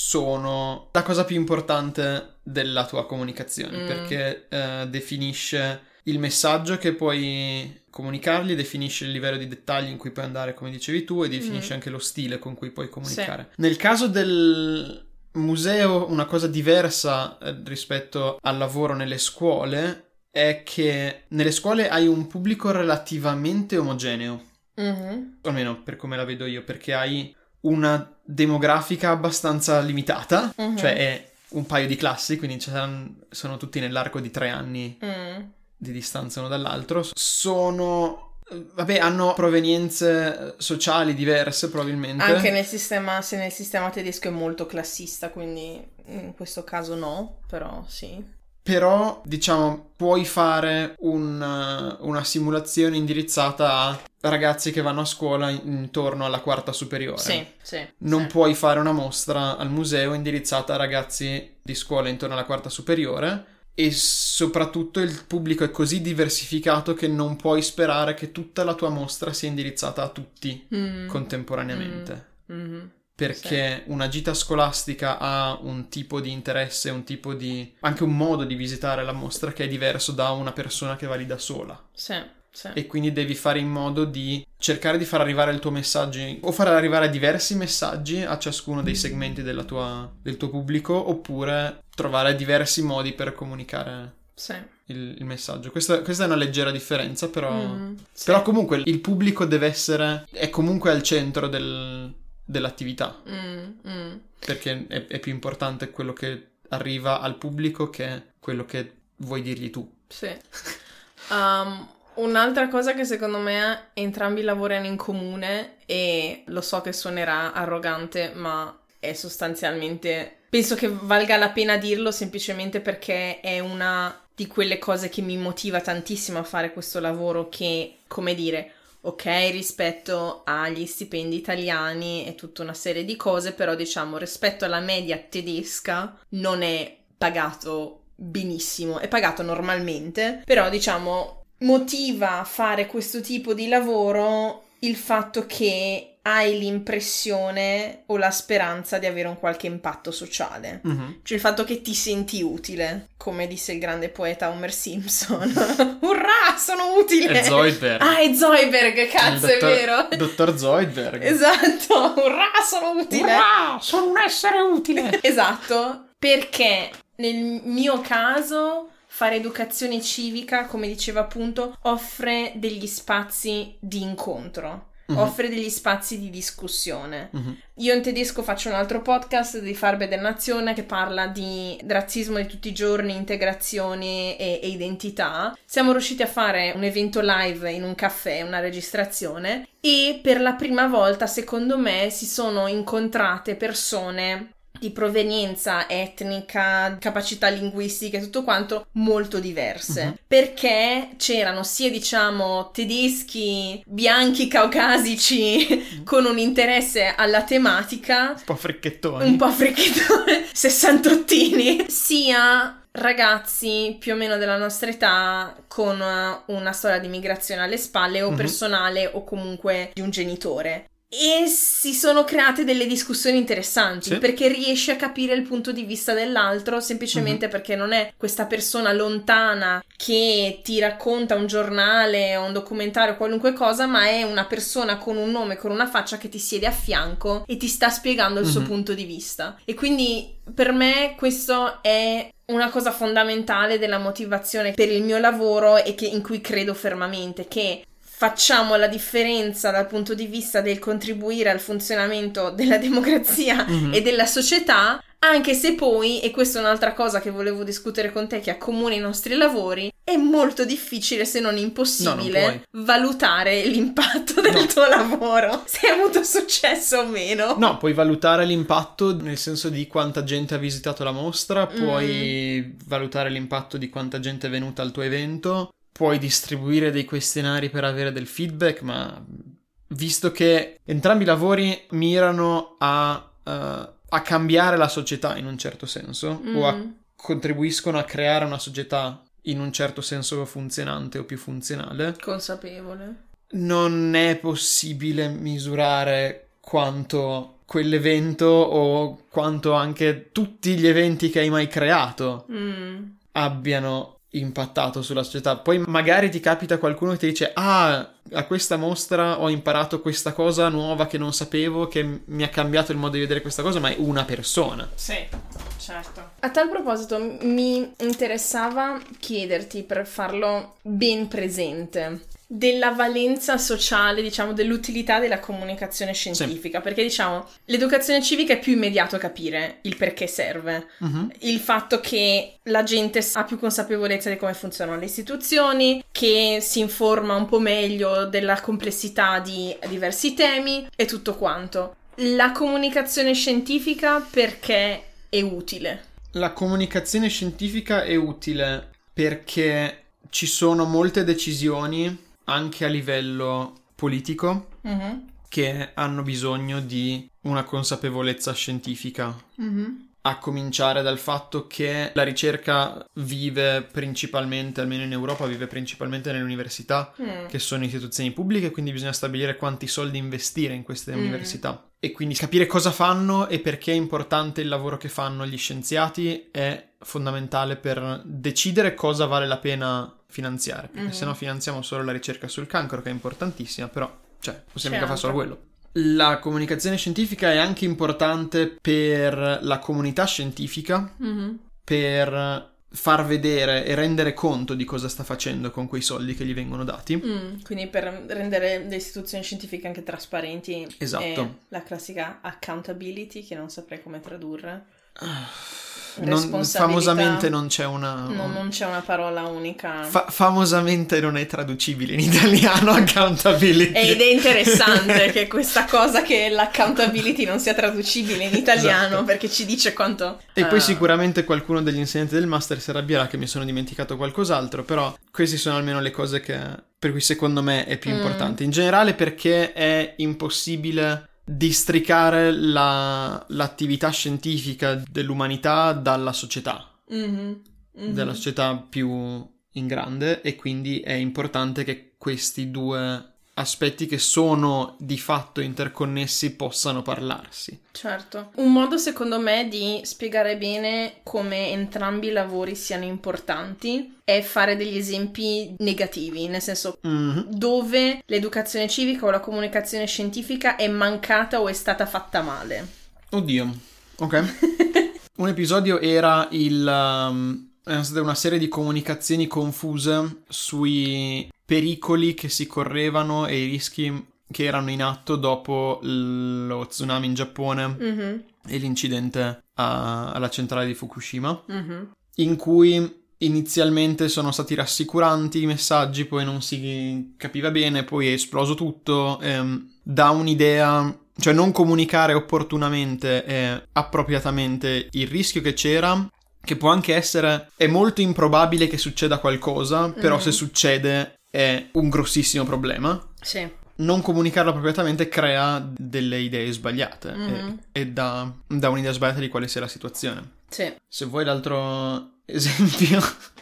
sono la cosa più importante della tua comunicazione, mm. perché eh, definisce il messaggio che puoi comunicargli, definisce il livello di dettagli in cui puoi andare, come dicevi tu, e definisce mm. anche lo stile con cui puoi comunicare. Sì. Nel caso del museo, una cosa diversa eh, rispetto al lavoro nelle scuole è che nelle scuole hai un pubblico relativamente omogeneo, mm-hmm. o almeno per come la vedo io, perché hai una demografica abbastanza limitata, mm-hmm. cioè è un paio di classi, quindi sono tutti nell'arco di tre anni mm. di distanza uno dall'altro. Sono, vabbè, hanno provenienze sociali diverse probabilmente. Anche nel sistema, se nel sistema tedesco è molto classista, quindi in questo caso no, però sì. Però, diciamo, puoi fare un, una simulazione indirizzata a ragazzi che vanno a scuola intorno alla quarta superiore. Sì, sì. Non sì. puoi fare una mostra al museo indirizzata a ragazzi di scuola intorno alla quarta superiore, e soprattutto il pubblico è così diversificato che non puoi sperare che tutta la tua mostra sia indirizzata a tutti mm. contemporaneamente. Mm. Mm-hmm. perché sì. una gita scolastica ha un tipo di interesse, un tipo di... anche un modo di visitare la mostra che è diverso da una persona che va lì da sola. Sì. Sì. E quindi devi fare in modo di cercare di far arrivare il tuo messaggio o far arrivare diversi messaggi a ciascuno dei segmenti della tua, del tuo pubblico, oppure trovare diversi modi per comunicare sì. il, il messaggio. Questa, questa è una leggera differenza, però, mm, sì. però comunque il pubblico deve essere, è comunque al centro del, dell'attività, mm, mm. perché è, è più importante quello che arriva al pubblico che quello che vuoi dirgli tu. Sì. Um, Un'altra cosa che secondo me entrambi lavorano in comune, e lo so che suonerà arrogante, ma è sostanzialmente... penso che valga la pena dirlo semplicemente perché è una di quelle cose che mi motiva tantissimo a fare questo lavoro, che, come dire, ok, rispetto agli stipendi italiani e tutta una serie di cose, però diciamo rispetto alla media tedesca non è pagato benissimo, è pagato normalmente, però diciamo... motiva a fare questo tipo di lavoro il fatto che hai l'impressione o la speranza di avere un qualche impatto sociale. Mm-hmm. Cioè il fatto che ti senti utile, come disse il grande poeta Homer Simpson. Urrà, sono utile! È Zoidberg. Ah, è Zoidberg, cazzo, dottor, è vero! Dottor Zoidberg. Esatto, urrà, sono utile! Urrà, sono un essere utile! Esatto, perché nel mio caso... fare educazione civica, come diceva appunto, offre degli spazi di incontro, uh-huh. offre degli spazi di discussione. Uh-huh. Io in tedesco faccio un altro podcast di Farbe der Nation che parla di razzismo di tutti i giorni, integrazione e, e identità. Siamo riusciti a fare un evento live in un caffè, una registrazione, e per la prima volta, secondo me, si sono incontrate persone di provenienza etnica, capacità linguistiche, tutto quanto molto diverse, uh-huh. perché c'erano sia diciamo tedeschi bianchi caucasici uh-huh. con un interesse alla tematica, un po' fricchettoni, un po' fricchettoni, sessantottini, sia ragazzi più o meno della nostra età con una storia di migrazione alle spalle o uh-huh. personale o comunque di un genitore. E si sono create delle discussioni interessanti, sì. perché riesci a capire il punto di vista dell'altro semplicemente uh-huh. perché non è questa persona lontana che ti racconta un giornale o un documentario, qualunque cosa, ma è una persona con un nome, con una faccia che ti siede a fianco e ti sta spiegando il uh-huh. suo punto di vista. E quindi per me questo è una cosa fondamentale della motivazione per il mio lavoro e che, in cui credo fermamente, che facciamo la differenza dal punto di vista del contribuire al funzionamento della democrazia mm-hmm. e della società, anche se poi, e questa è un'altra cosa che volevo discutere con te che accomuna i nostri lavori, è molto difficile, se non impossibile, no, non valutare l'impatto del no. tuo lavoro, se hai avuto successo o meno. No, puoi valutare l'impatto nel senso di quanta gente ha visitato la mostra, puoi mm. valutare l'impatto di quanta gente è venuta al tuo evento, puoi distribuire dei questionari per avere del feedback, ma visto che entrambi i lavori mirano a, uh, a cambiare la società in un certo senso, mm. o a, contribuiscono a creare una società in un certo senso funzionante o più funzionale, consapevole, non è possibile misurare quanto quell'evento o quanto anche tutti gli eventi che hai mai creato mm. abbiano impattato sulla società. Poi magari ti capita qualcuno che ti dice: ah, a questa mostra ho imparato questa cosa nuova che non sapevo, che mi ha cambiato il modo di vedere questa cosa, ma è una persona. Sì, certo. A tal proposito mi interessava chiederti, per farlo ben presente, della valenza sociale, diciamo, dell'utilità della comunicazione scientifica, sì. perché diciamo l'educazione civica è più immediato capire il perché serve, uh-huh. il fatto che la gente ha più consapevolezza di come funzionano le istituzioni, che si informa un po' meglio della complessità di diversi temi e tutto quanto. La comunicazione scientifica perché è utile? La comunicazione scientifica è utile perché ci sono molte decisioni anche a livello politico uh-huh. che hanno bisogno di una consapevolezza scientifica uh-huh. a cominciare dal fatto che la ricerca vive principalmente, almeno in Europa, vive principalmente nelle università, mm. che sono istituzioni pubbliche, quindi bisogna stabilire quanti soldi investire in queste mm. università. E quindi capire cosa fanno e perché è importante il lavoro che fanno gli scienziati è fondamentale per decidere cosa vale la pena finanziare, perché mm. se no finanziamo solo la ricerca sul cancro, che è importantissima, però, cioè, possiamo mica fare solo quello. La comunicazione scientifica è anche importante per la comunità scientifica, mm-hmm. per far vedere e rendere conto di cosa sta facendo con quei soldi che gli vengono dati. Mm, quindi per rendere le istituzioni scientifiche anche trasparenti. Esatto. La classica accountability, che non saprei come tradurre. Non, famosamente non c'è una no, non c'è una parola unica. Fa- famosamente non è traducibile in italiano accountability. Ed è interessante che questa cosa che l'accountability non sia traducibile in italiano, esatto. perché ci dice quanto e uh... poi Ah. sicuramente qualcuno degli insegnanti del master si arrabbierà che mi sono dimenticato qualcos'altro, però queste sono almeno le cose che per cui secondo me è più mm. importante in generale, perché è impossibile districare la, l'attività scientifica dell'umanità dalla società, mm-hmm. Mm-hmm. dalla società più in grande, e quindi è importante che questi due aspetti che sono di fatto interconnessi possano parlarsi. Certo. Un modo secondo me di spiegare bene come entrambi i lavori siano importanti è fare degli esempi negativi, nel senso mm-hmm. dove l'educazione civica o la comunicazione scientifica è mancata o è stata fatta male. Oddio, ok. Un episodio era il... Um, è stata una serie di comunicazioni confuse sui pericoli che si correvano e i rischi che erano in atto dopo lo tsunami in Giappone mm-hmm. e l'incidente a, alla centrale di Fukushima, mm-hmm. in cui inizialmente sono stati rassicuranti i messaggi, poi non si capiva bene, poi è esploso tutto, ehm, da un'idea, cioè non comunicare opportunamente e appropriatamente il rischio che c'era, che può anche essere, è molto improbabile che succeda qualcosa, però mm. se succede è un grossissimo problema. Sì. Non comunicarlo appropriatamente crea delle idee sbagliate mm. e, e dà, dà un'idea sbagliata di quale sia la situazione. Sì. Se vuoi l'altro esempio...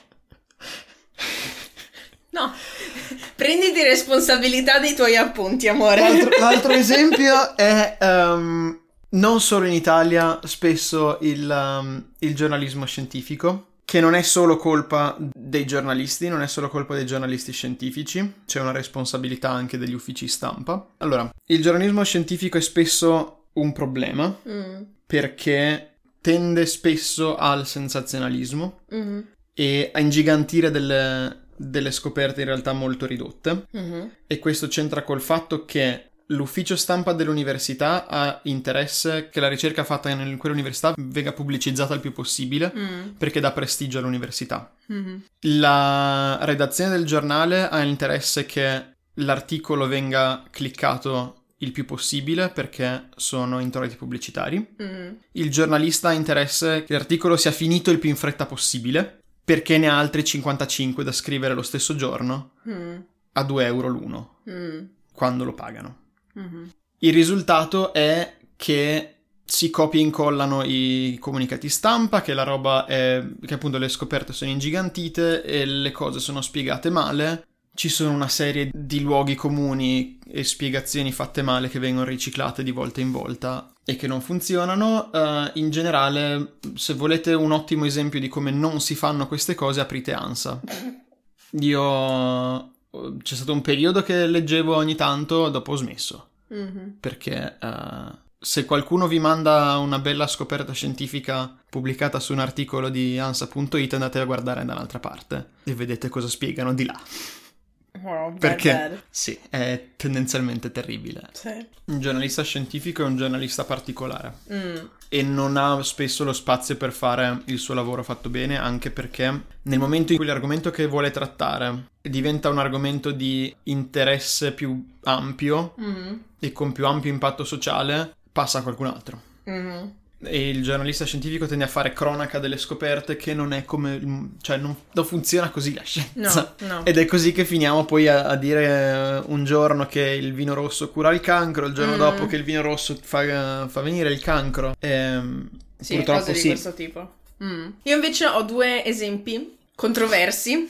No, prenditi responsabilità dei tuoi appunti, amore. L'altro, l'altro esempio è... Um, non solo in Italia, spesso il, um, il giornalismo scientifico, che non è solo colpa dei giornalisti, non è solo colpa dei giornalisti scientifici, c'è una responsabilità anche degli uffici stampa. Allora, il giornalismo scientifico è spesso un problema, mm. perché tende spesso al sensazionalismo mm. e a ingigantire delle, delle scoperte in realtà molto ridotte, mm. e questo c'entra col fatto che l'ufficio stampa dell'università ha interesse che la ricerca fatta in quell'università venga pubblicizzata il più possibile mm. perché dà prestigio all'università. Mm-hmm. La redazione del giornale ha interesse che l'articolo venga cliccato il più possibile perché sono introiti pubblicitari. Mm. Il giornalista ha interesse che l'articolo sia finito il più in fretta possibile perché ne ha altri cinquantacinque da scrivere lo stesso giorno mm. a due euro l'uno mm. quando lo pagano. Mm-hmm. Il risultato è che si copia e incollano i comunicati stampa, che la roba è che appunto le scoperte sono ingigantite e le cose sono spiegate male. Ci sono una serie di luoghi comuni e spiegazioni fatte male che vengono riciclate di volta in volta e che non funzionano. Uh, in generale, se volete un ottimo esempio di come non si fanno queste cose, aprite ANSA. Io... C'è stato un periodo che leggevo ogni tanto, dopo ho smesso. Mm-hmm. Perché uh, se qualcuno vi manda una bella scoperta scientifica pubblicata su un articolo di ansa punto it, andate a guardare da un'altra parte e vedete cosa spiegano di là. Wow, perché bad, bad. Sì, è tendenzialmente terribile. Sì. Un giornalista scientifico è un giornalista particolare mm. e non ha spesso lo spazio per fare il suo lavoro fatto bene, anche perché nel momento in cui l'argomento che vuole trattare diventa un argomento di interesse più ampio mm. e con più ampio impatto sociale, passa a qualcun altro. Mm. E il giornalista scientifico tende a fare cronaca delle scoperte, che non è come, cioè non, non funziona così la scienza. No, no. Ed è così che finiamo poi a, a dire un giorno che il vino rosso cura il cancro, il giorno mm. dopo che il vino rosso fa, fa venire il cancro. E, Sì, Purtroppo cose di sì. questo tipo. Mm. Io invece ho due esempi controversi.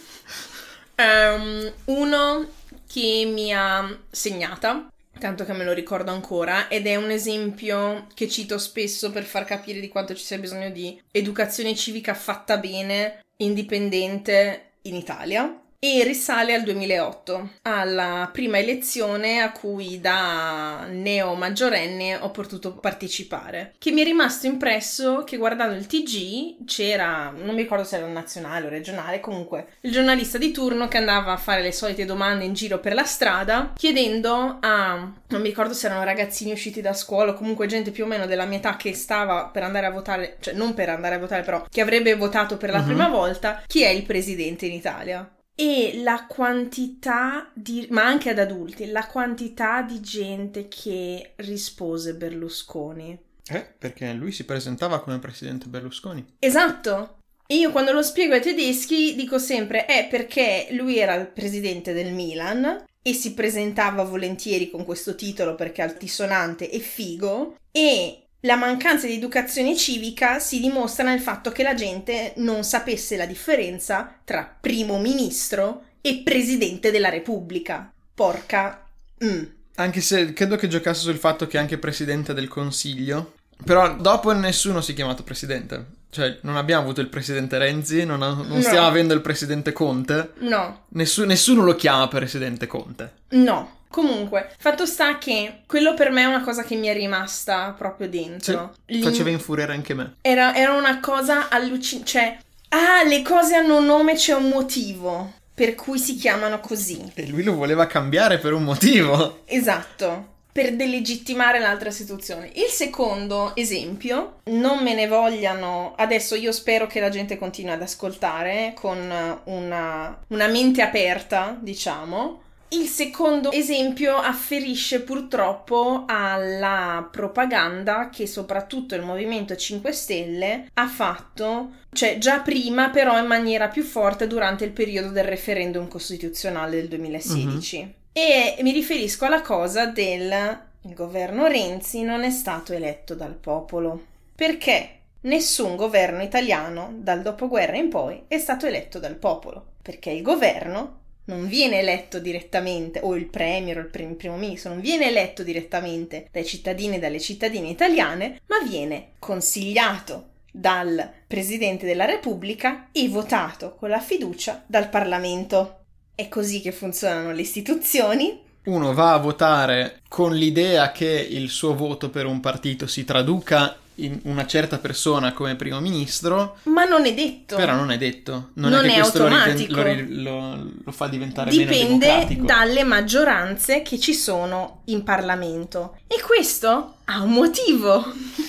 Um, uno che mi ha segnata, tanto che me lo ricordo ancora, ed è un esempio che cito spesso per far capire di quanto ci sia bisogno di educazione civica fatta bene, indipendente in Italia. E risale al duemilaotto, alla prima elezione a cui da neo maggiorenne ho potuto partecipare. Che mi è rimasto impresso che guardando il T G c'era, non mi ricordo se era nazionale o regionale, comunque il giornalista di turno che andava a fare le solite domande in giro per la strada, chiedendo a, non mi ricordo se erano ragazzini usciti da scuola o comunque gente più o meno della mia età che stava per andare a votare, cioè non per andare a votare però, che avrebbe votato per la uh-huh. prima volta, chi è il presidente in Italia. E la quantità di, ma anche ad adulti, la quantità di gente che rispose Berlusconi. Eh, perché lui si presentava come presidente Berlusconi. Esatto. E io quando lo spiego ai tedeschi dico sempre, è perché lui era il presidente del Milan e si presentava volentieri con questo titolo perché è altisonante e figo, e la mancanza di educazione civica si dimostra nel fatto che la gente non sapesse la differenza tra primo ministro e presidente della Repubblica. Porca... Mm. Anche se credo che giocasse sul fatto che è anche presidente del Consiglio. Però dopo nessuno si è chiamato presidente. Cioè, non abbiamo avuto il presidente Renzi, non, ha, non no. stiamo avendo il presidente Conte. No. Nessu- nessuno lo chiama presidente Conte. No. Comunque, fatto sta che quello per me è una cosa che mi è rimasta proprio dentro. Sì, faceva infuriare anche me. Era, era una cosa allucinante. Cioè, ah, le cose hanno un nome, c'è un motivo per cui si chiamano così. E lui lo voleva cambiare per un motivo. Esatto. Per delegittimare l'altra istituzione. Il secondo esempio, non me ne vogliano, adesso io spero che la gente continui ad ascoltare con una, una mente aperta, diciamo. Il secondo esempio afferisce purtroppo alla propaganda che soprattutto il Movimento cinque Stelle ha fatto, cioè già prima però in maniera più forte durante il periodo del referendum costituzionale del duemilasedici. Mm-hmm. E mi riferisco alla cosa del il governo Renzi non è stato eletto dal popolo, perché nessun governo italiano dal dopoguerra in poi è stato eletto dal popolo, perché il governo non viene eletto direttamente, o il premier o il prim- primo ministro non viene eletto direttamente dai cittadini e dalle cittadine italiane, ma viene consigliato dal Presidente della Repubblica e votato con la fiducia dal Parlamento. È così che funzionano le istituzioni. Uno va a votare con l'idea che il suo voto per un partito si traduca in una certa persona come primo ministro, ma non è detto. Però non è detto. Non, non è, che è questo automatico. Lo, lo, lo fa diventare meno democratico. Dipende dalle maggioranze che ci sono in Parlamento. E questo ha un motivo.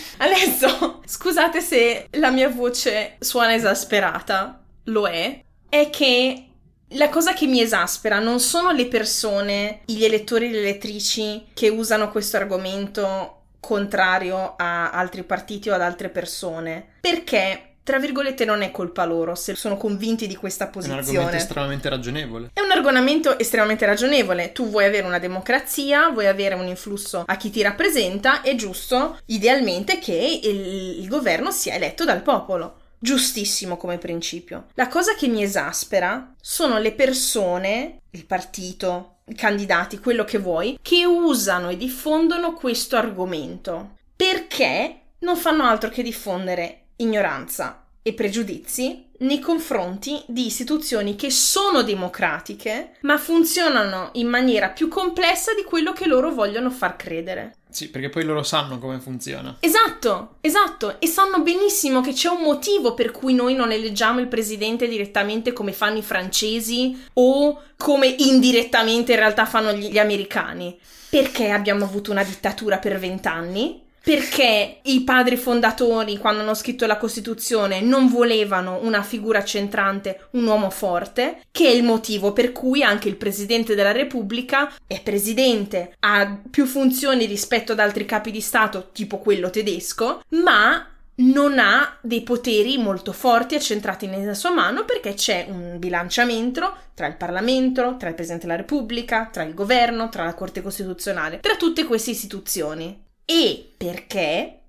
Adesso, scusate se la mia voce suona esasperata, lo è, è che la cosa che mi esaspera non sono le persone, gli elettori e le elettrici che usano questo argomento contrario a altri partiti o ad altre persone, perché tra virgolette non è colpa loro se sono convinti di questa posizione. È un argomento estremamente ragionevole. È un argomento estremamente ragionevole. Tu vuoi avere una democrazia, vuoi avere un influsso a chi ti rappresenta, è giusto idealmente che il, il governo sia eletto dal popolo. Giustissimo come principio. La cosa che mi esaspera sono le persone, il partito, i candidati, quello che vuoi, che usano e diffondono questo argomento, perché non fanno altro che diffondere ignoranza e pregiudizi nei confronti di istituzioni che sono democratiche, ma funzionano in maniera più complessa di quello che loro vogliono far credere. Sì, perché poi loro sanno come funziona. Esatto, esatto, e sanno benissimo che c'è un motivo per cui noi non eleggiamo il presidente direttamente come fanno i francesi o come indirettamente in realtà fanno gli, gli americani. Perché abbiamo avuto una dittatura per vent'anni? Perché i padri fondatori, quando hanno scritto la Costituzione, non volevano una figura centrante, un uomo forte, che è il motivo per cui anche il Presidente della Repubblica è presidente, ha più funzioni rispetto ad altri capi di Stato, tipo quello tedesco, ma non ha dei poteri molto forti accentrati nella sua mano perché c'è un bilanciamento tra il Parlamento, tra il Presidente della Repubblica, tra il governo, tra la Corte Costituzionale, tra tutte queste istituzioni. E perché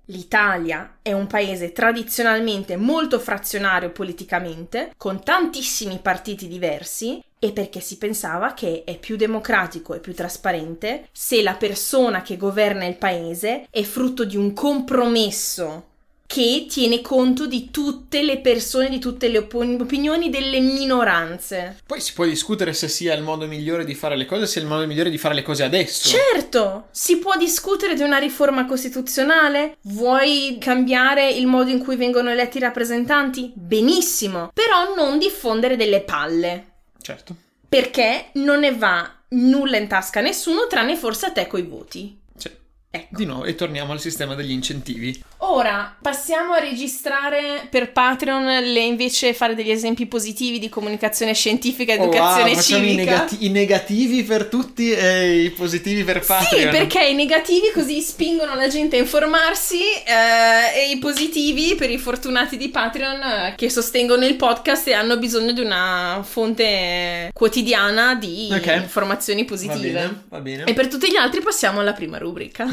l'Italia è un paese tradizionalmente molto frazionario politicamente, con tantissimi partiti diversi, e perché si pensava che è più democratico e più trasparente se la persona che governa il paese è frutto di un compromesso che tiene conto di tutte le persone, di tutte le op- opinioni delle minoranze. Poi si può discutere se sia il modo migliore di fare le cose, se è il modo migliore di fare le cose adesso. Certo, si può discutere di una riforma costituzionale. Vuoi cambiare il modo in cui vengono eletti i rappresentanti? Benissimo, però non diffondere delle palle. Certo. Perché non ne va nulla in tasca a nessuno, tranne forse a te coi voti. Sì. Ecco. Di nuovo, e torniamo al sistema degli incentivi. Ora passiamo a registrare per Patreon le invece fare degli esempi positivi di comunicazione scientifica e educazione oh, wow, facciamo civica. I, negati- i negativi per tutti e i positivi per Patreon. Sì, perché i negativi così spingono la gente a informarsi eh, e i positivi per i fortunati di Patreon eh, che sostengono il podcast e hanno bisogno di una fonte quotidiana di okay. informazioni positive. Va bene, va bene. E per tutti gli altri passiamo alla prima rubrica.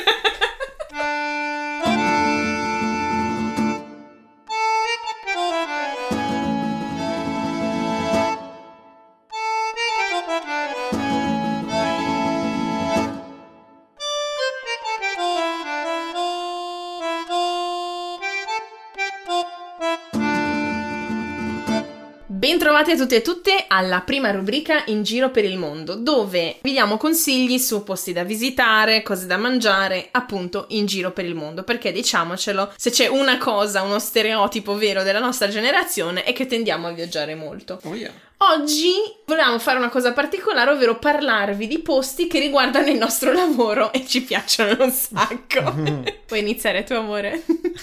Bentrovati a tutti e tutte alla prima rubrica In giro per il mondo, dove vi diamo consigli su posti da visitare, cose da mangiare, appunto in giro per il mondo, perché diciamocelo, se c'è una cosa, uno stereotipo vero della nostra generazione è che tendiamo a viaggiare molto. Oh yeah. Oggi volevamo fare una cosa particolare, ovvero parlarvi di posti che riguardano il nostro lavoro e ci piacciono un sacco. Puoi iniziare tu, amore?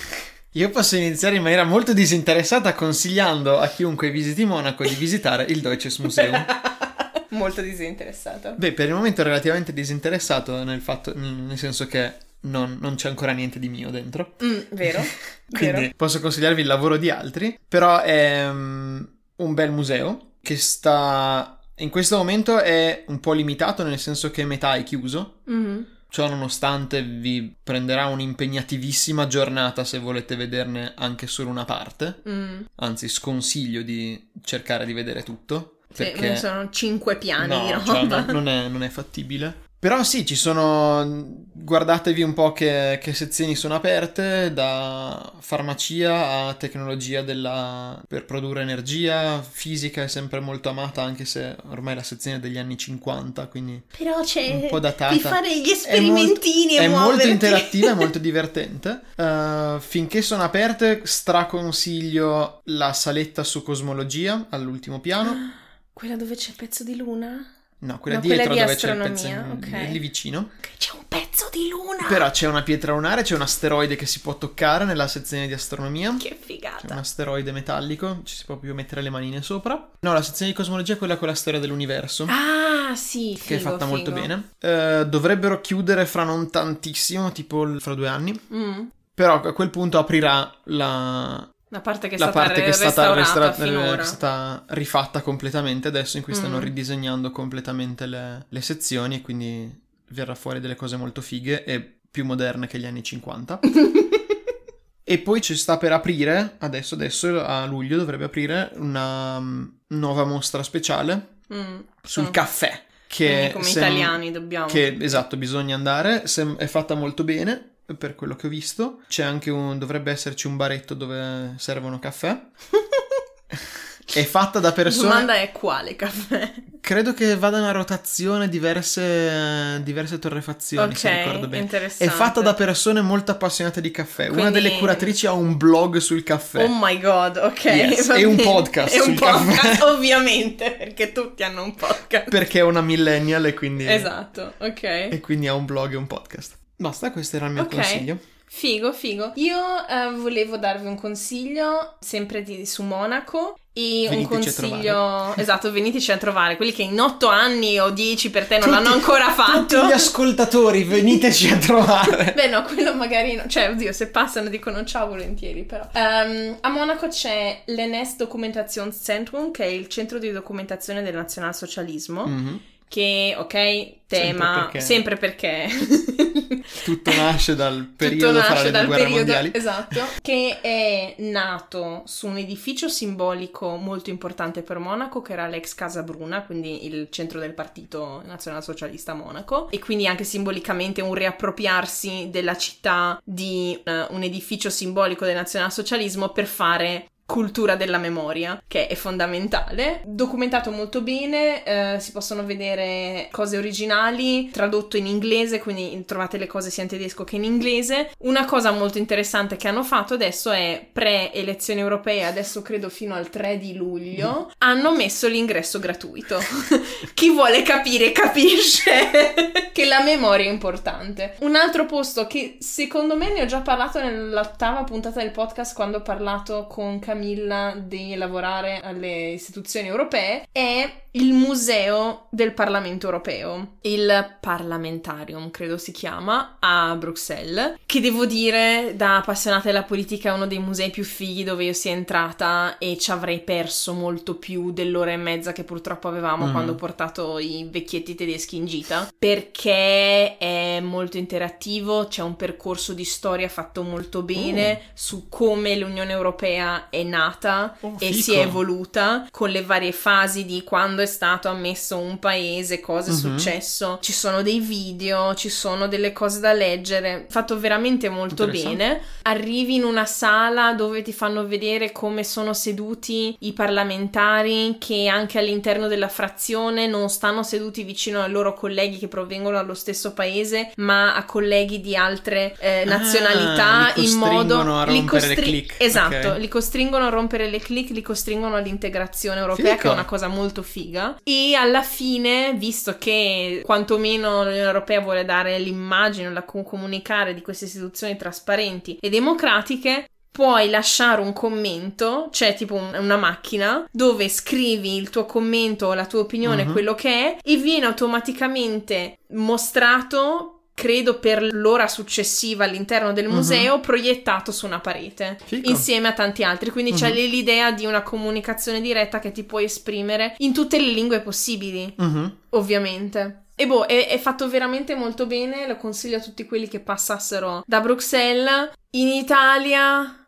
Io posso iniziare in maniera molto disinteressata consigliando a chiunque visiti Monaco di visitare il Deutsches Museum. Molto disinteressato. Beh, per il momento relativamente disinteressato nel fatto, nel senso che non, non c'è ancora niente di mio dentro. Mm, vero. Quindi vero. posso consigliarvi il lavoro di altri, però è um, un bel museo che sta... in questo momento è un po' limitato, nel senso che metà è chiuso. Mm-hmm. Ciò nonostante vi prenderà un'impegnativissima giornata se volete vederne anche solo una parte. Mm. Anzi, sconsiglio di cercare di vedere tutto. Perché sì, sono cinque piani no, di roba. Cioè, no, non, è, non è fattibile. Però sì, ci sono... Guardatevi un po' che, che sezioni sono aperte, da farmacia a tecnologia della... per produrre energia, fisica è sempre molto amata, anche se ormai la sezione è degli anni cinquanta, quindi però c'è un po' datata. Di fare gli sperimentini è e molto, muoverti. È molto interattiva, è molto divertente. Uh, finché sono aperte, straconsiglio la saletta su cosmologia all'ultimo piano. Quella dove c'è il pezzo di luna? No, quella no, dietro quella di dove c'è il pezzo, okay. È lì vicino. C'è un pezzo di luna! Però c'è una pietra lunare, c'è un asteroide che si può toccare nella sezione di astronomia. Che figata! C'è un asteroide metallico, ci si può proprio mettere le manine sopra. No, la sezione di cosmologia è quella con la storia dell'universo. Ah, sì, figo, che è fatta figo. molto bene. Uh, dovrebbero chiudere fra non tantissimo, tipo fra due anni. Mm. Però a quel punto aprirà la... La parte che è la stata, parte re- che è stata, restaurata restra- finora. che è stata rifatta completamente adesso, in cui stanno mm. ridisegnando completamente le, le sezioni, e quindi verrà fuori delle cose molto fighe e più moderne che gli anni cinquanta. E poi ci sta per aprire, adesso, adesso a luglio dovrebbe aprire una um, nuova mostra speciale mm. sul so. caffè. Che come sem- italiani dobbiamo. Che, esatto, bisogna andare, sem- è fatta molto bene. Per quello che ho visto c'è anche un dovrebbe esserci un baretto dove servono caffè. È fatta da persone. La domanda è quale caffè? Credo che vadano a rotazione diverse diverse torrefazioni, ok, se ricordo bene. Interessante. È fatta da persone molto appassionate di caffè. Quindi... Una delle curatrici ha un blog sul caffè. Oh my god, ok. Yes. E un podcast e sul un podcast, caffè. Ovviamente, perché tutti hanno un podcast. Perché è una millennial e quindi esatto, ok. E quindi ha un blog e un podcast. Basta, questo era il mio okay. consiglio. Figo, figo. Io uh, volevo darvi un consiglio sempre di, su Monaco e veniteci un consiglio... Esatto, veniteci a trovare. Quelli che in otto anni o dieci per te non tutti, l'hanno ancora fatto. Tutti gli ascoltatori, veniteci a trovare. Beh no, quello magari no. Cioè, oddio, se passano dicono ciao volentieri, però. Um, a Monaco c'è l'E N E S Dokumentationszentrum, che è il centro di documentazione del nazionalsocialismo. Mm-hmm. Che, ok, tema, sempre perché, sempre perché Tutto nasce dal periodo fra le due guerre mondiali. Esatto, che è nato su un edificio simbolico molto importante per Monaco, che era l'ex Casa Bruna, quindi il centro del Partito Nazionalsocialista Monaco, e quindi anche simbolicamente un riappropriarsi della città di uh, un edificio simbolico del nazionalsocialismo per fare cultura della memoria, che è fondamentale. Documentato molto bene, eh, si possono vedere cose originali, tradotto in inglese, quindi trovate le cose sia in tedesco che in inglese. Una cosa molto interessante che hanno fatto adesso è, pre-elezioni europee, adesso credo fino al tre di luglio, hanno messo l'ingresso gratuito. Chi vuole capire capisce che la memoria è importante. Un altro posto che secondo me ne ho già parlato nell'ottava puntata del podcast, quando ho parlato con Camilla di lavorare alle istituzioni europee, è il Museo del Parlamento Europeo, il Parlamentarium credo si chiama, a Bruxelles, che devo dire, da appassionata della politica, è uno dei musei più fighi dove io sia entrata, e ci avrei perso molto più dell'ora e mezza che purtroppo avevamo mm. quando ho portato i vecchietti tedeschi in gita, perché è molto interattivo, c'è un percorso di storia fatto molto bene mm. su come l'Unione Europea è nata oh, e fico. si è evoluta, con le varie fasi di quando è stato ammesso un paese, cosa è uh-huh. successo, ci sono dei video, ci sono delle cose da leggere, fatto veramente molto bene. Arrivi in una sala dove ti fanno vedere come sono seduti i parlamentari, che anche all'interno della frazione non stanno seduti vicino ai loro colleghi che provengono dallo stesso paese, ma a colleghi di altre eh, nazionalità, ah, li in modo a rompere li costri- le click. Esatto, okay. li costringono a rompere le click, li costringono all'integrazione europea, Fico. che è una cosa molto figa. E alla fine, visto che quantomeno l'Unione Europea vuole dare l'immagine, la comunicare di queste istituzioni trasparenti e democratiche, puoi lasciare un commento, c'è tipo un, una macchina dove scrivi il tuo commento, la tua opinione, uh-huh. quello che è, e viene automaticamente mostrato, credo per l'ora successiva, all'interno del museo, uh-huh. proiettato su una parete Fico. insieme a tanti altri, quindi uh-huh. c'è l'idea di una comunicazione diretta che ti puoi esprimere in tutte le lingue possibili, uh-huh. ovviamente. E boh, è, è fatto veramente molto bene, lo consiglio a tutti quelli che passassero da Bruxelles. In Italia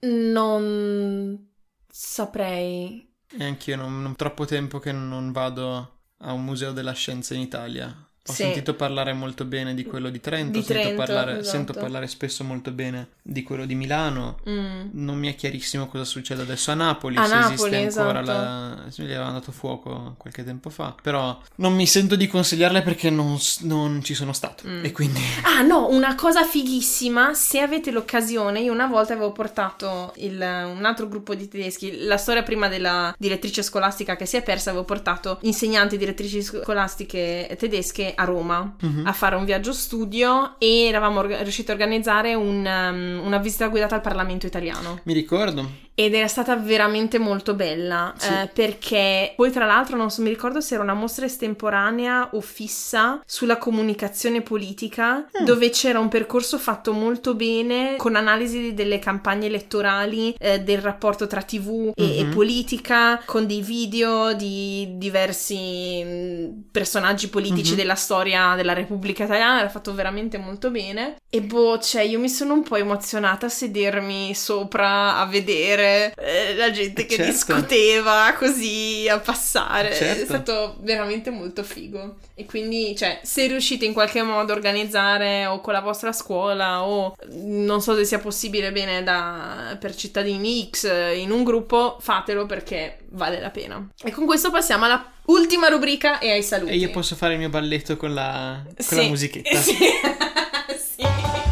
non saprei. E anch'io non, non troppo tempo che non vado a un museo della scienza in Italia. Ho sì. sentito parlare molto bene di quello di Trento, di sento, Trento parlare, esatto. sento parlare spesso molto bene di quello di Milano. Mm. Non mi è chiarissimo cosa succede adesso a Napoli, a se Napoli, esiste ancora esatto. la... Se gli avevano dato fuoco qualche tempo fa, però non mi sento di consigliarle perché non, non ci sono stato mm. e quindi... Ah no, una cosa fighissima, se avete l'occasione, io una volta avevo portato il, un altro gruppo di tedeschi, la storia prima della direttrice scolastica che si è persa, avevo portato insegnanti direttrici scolastiche tedesche a Roma. Mm. a fare un viaggio studio, e eravamo or- riusciti a organizzare un, um, una visita guidata al Parlamento italiano. Mi ricordo. Ed era stata veramente molto bella, sì. eh, perché poi tra l'altro non so, mi ricordo se era una mostra estemporanea o fissa sulla comunicazione politica, mm. dove c'era un percorso fatto molto bene, con analisi delle campagne elettorali, eh, del rapporto tra tivù e, mm-hmm. e politica, con dei video di diversi mh, personaggi politici mm-hmm. della storia della Repubblica Italiana. Era fatto veramente molto bene. E boh, cioè io mi sono un po' emozionata a sedermi sopra a vedere eh, la gente che certo. discuteva così a passare, certo. è stato veramente molto figo. E quindi, cioè, se riuscite in qualche modo a organizzare o con la vostra scuola, o non so se sia possibile bene da, per cittadini X in un gruppo, fatelo perché vale la pena. E con questo passiamo alla ultima rubrica e ai saluti. E io posso fare il mio balletto con la, con sì. la musichetta. Sì. Sì.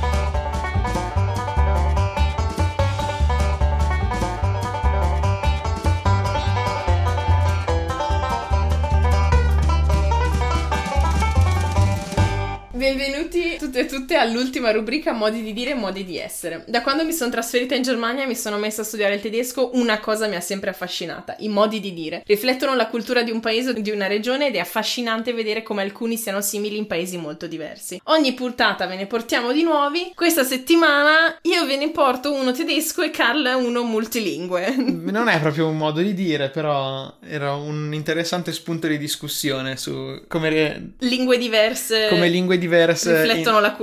Benvenuti tutte e tutte all'ultima rubrica modi di dire e modi di essere. Da quando mi sono trasferita in Germania e mi sono messa a studiare il tedesco, una cosa mi ha sempre affascinata: i modi di dire. Riflettono la cultura di un paese o di una regione ed è affascinante vedere come alcuni siano simili in paesi molto diversi. Ogni puntata ve ne portiamo di nuovi. Questa settimana io ve ne porto uno tedesco e Carl uno multilingue. Non è proprio un modo di dire, però era un interessante spunto di discussione su come re... lingue diverse come lingue diverse riflettono in... la cultura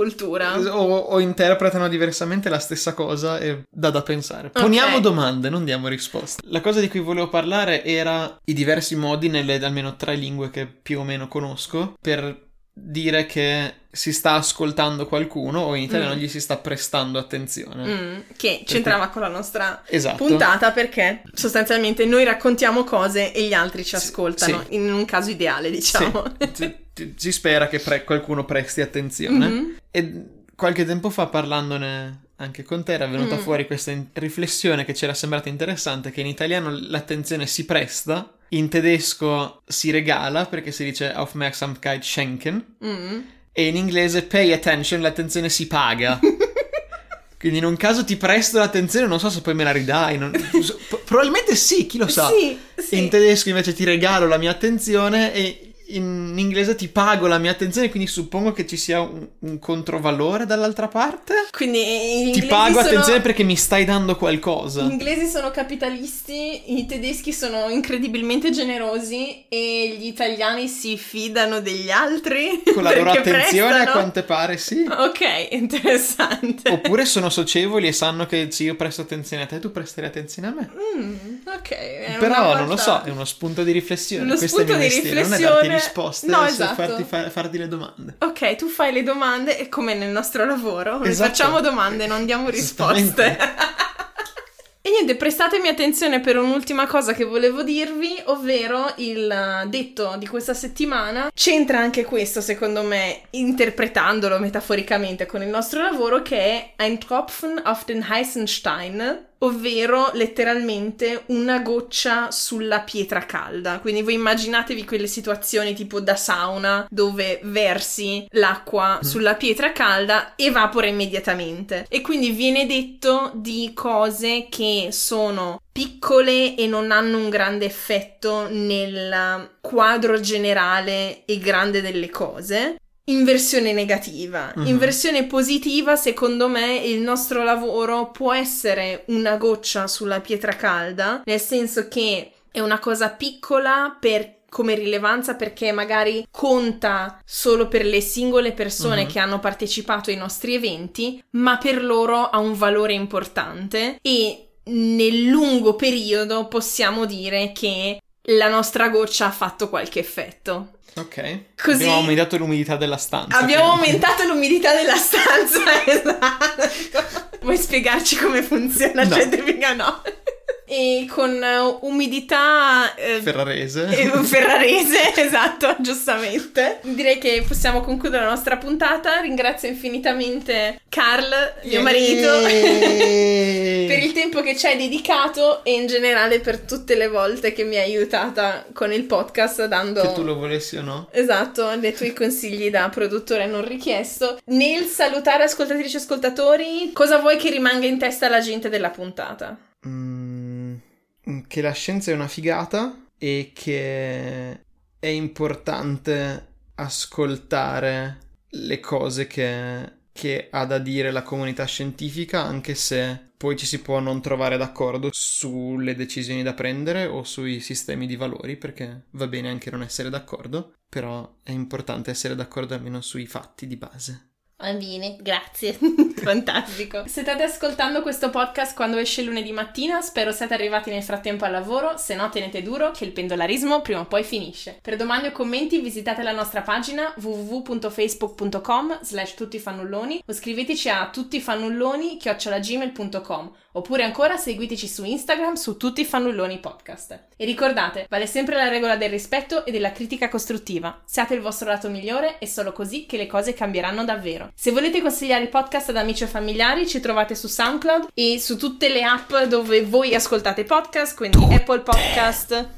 cultura. O, o interpretano diversamente la stessa cosa e dà da pensare. Poniamo okay. domande, non diamo risposte. La cosa di cui volevo parlare era i diversi modi nelle almeno tre lingue che più o meno conosco per dire che si sta ascoltando qualcuno o in italiano mm. gli si sta prestando attenzione. Mm, che perché... c'entrava con la nostra esatto. puntata, perché sostanzialmente noi raccontiamo cose e gli altri ci ascoltano, sì. in un caso ideale, diciamo. Sì. Si spera che pre- qualcuno presti attenzione. Mm-hmm. E qualche tempo fa, parlandone anche con te, era venuta mm. fuori questa in- riflessione che c'era sembrata interessante, che in italiano l'attenzione si presta, in tedesco si regala, perché si dice Aufmerksamkeit schenken, mm. e in inglese pay attention, l'attenzione si paga. Quindi in un caso ti presto l'attenzione, non so se poi me la ridai, non... probabilmente sì, chi lo sa. Sì, sì. In tedesco invece ti regalo la mia attenzione e in inglese ti pago la mia attenzione, quindi suppongo che ci sia un, un controvalore dall'altra parte. Quindi ti pago sono... attenzione perché mi stai dando qualcosa. Gli inglesi sono capitalisti, i tedeschi sono incredibilmente generosi e gli italiani si fidano degli altri con la loro attenzione, prestano. A quante pare sì. Ok, interessante. Oppure sono socievoli e sanno che se io presto attenzione a te, tu presterai attenzione a me. Mm, ok. Però volta... non lo so, è uno spunto di riflessione. Uno Questo spunto è il mio di mestiere, riflessione. Non è darti risposte, no, è esatto. farti, far, farti le domande. Ok, tu fai le domande e come nel nostro lavoro noi esatto. facciamo domande, non diamo risposte. E niente, prestatemi attenzione per un'ultima cosa che volevo dirvi, ovvero il detto di questa settimana. C'entra anche questo, secondo me, interpretandolo metaforicamente con il nostro lavoro, che è Ein Tropfen auf den heißen Stein, ovvero letteralmente una goccia sulla pietra calda. Quindi voi immaginatevi quelle situazioni tipo da sauna dove versi l'acqua sulla pietra calda, evapora immediatamente. E quindi viene detto di cose che sono piccole e non hanno un grande effetto nel quadro generale e grande delle cose. In versione negativa. Uh-huh. In versione positiva, secondo me, il nostro lavoro può essere una goccia sulla pietra calda, nel senso che è una cosa piccola per come rilevanza, perché magari conta solo per le singole persone uh-huh. che hanno partecipato ai nostri eventi, ma per loro ha un valore importante e nel lungo periodo possiamo dire che la nostra goccia ha fatto qualche effetto. Ok, così abbiamo aumentato l'umidità della stanza. Abbiamo quindi. aumentato l'umidità della stanza, esatto. Vuoi spiegarci come funziona? No. Centrifuga? No. E con uh, umidità eh, ferrarese eh, ferrarese, esatto, giustamente. Direi che possiamo concludere la nostra puntata. Ringrazio infinitamente Carl, mio marito, per il tempo che ci hai dedicato e in generale per tutte le volte che mi hai aiutata con il podcast, dando, che tu lo volessi o no, esatto, dei tuoi consigli da produttore non richiesto. Nel salutare ascoltatrici e ascoltatori, cosa vuoi che rimanga in testa alla gente della puntata? Mm, che la scienza è una figata e che è importante ascoltare le cose che, che ha da dire la comunità scientifica, anche se poi ci si può non trovare d'accordo sulle decisioni da prendere o sui sistemi di valori, perché va bene anche non essere d'accordo, però è importante essere d'accordo almeno sui fatti di base. Va bene, grazie. Fantastico. Se state ascoltando questo podcast quando esce lunedì mattina, spero siate arrivati nel frattempo al lavoro, se no tenete duro che il pendolarismo prima o poi finisce. Per domande o commenti visitate la nostra pagina w w w punto facebook punto com slash tuttifannulloni o scriveteci a tuttifannulloni chiocciola gmail punto com oppure ancora seguiteci su Instagram su Tutti Fannulloni Podcast. E ricordate, vale sempre la regola del rispetto e della critica costruttiva. Siate il vostro lato migliore, è solo così che le cose cambieranno davvero. Se volete consigliare il podcast ad amici o familiari, ci trovate su SoundCloud e su tutte le app dove voi ascoltate podcast, quindi Apple Podcast,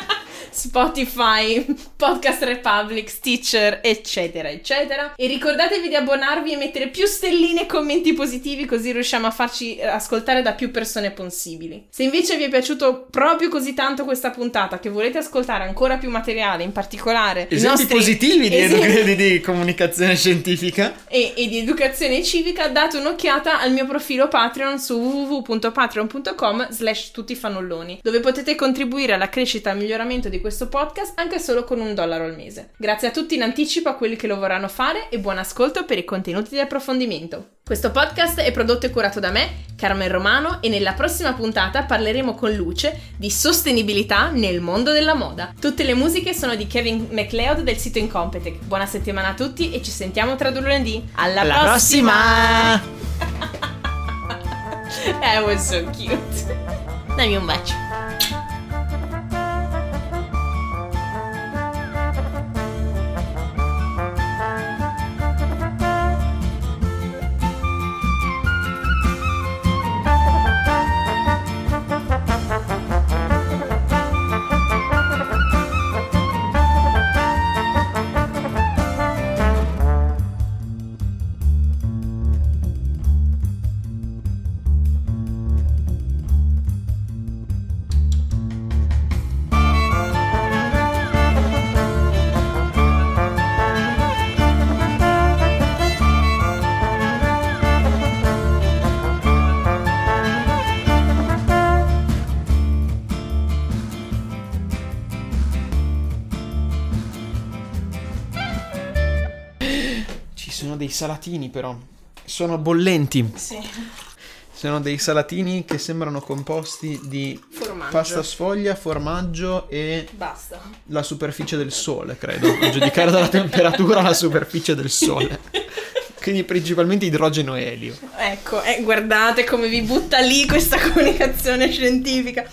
Spotify, Podcast Republic, Stitcher, eccetera, eccetera. E ricordatevi di abbonarvi e mettere più stelline e commenti positivi, così riusciamo a farci ascoltare da più persone possibili. Se invece vi è piaciuto proprio così tanto questa puntata che volete ascoltare ancora più materiale, in particolare esempi i nostri positivi di, esempi... edu- di comunicazione scientifica e, e di educazione civica, date un'occhiata al mio profilo Patreon su w w w punto patreon punto com slash tuttifannulloni, dove potete contribuire alla crescita e al miglioramento di questo podcast anche solo con un dollaro al mese. Grazie a tutti in anticipo a quelli che lo vorranno fare e buon ascolto per i contenuti di approfondimento. Questo podcast è prodotto e curato da me, Carmen Romano, e nella prossima puntata parleremo con Luce di sostenibilità nel mondo della moda. Tutte le musiche sono di Kevin MacLeod del sito Incompetech. Buona settimana a tutti e ci sentiamo tra due lunedì. Alla, Alla prossima! prossima! That was so cute. Dammi un bacio. Sono dei salatini però, sono bollenti. Sì. Sono dei salatini che sembrano composti di Formaggio. pasta sfoglia, formaggio e Basta. la superficie del sole, credo, a giudicare dalla temperatura la superficie del sole. Quindi principalmente idrogeno e elio. Ecco, eh, guardate come vi butta lì questa comunicazione scientifica.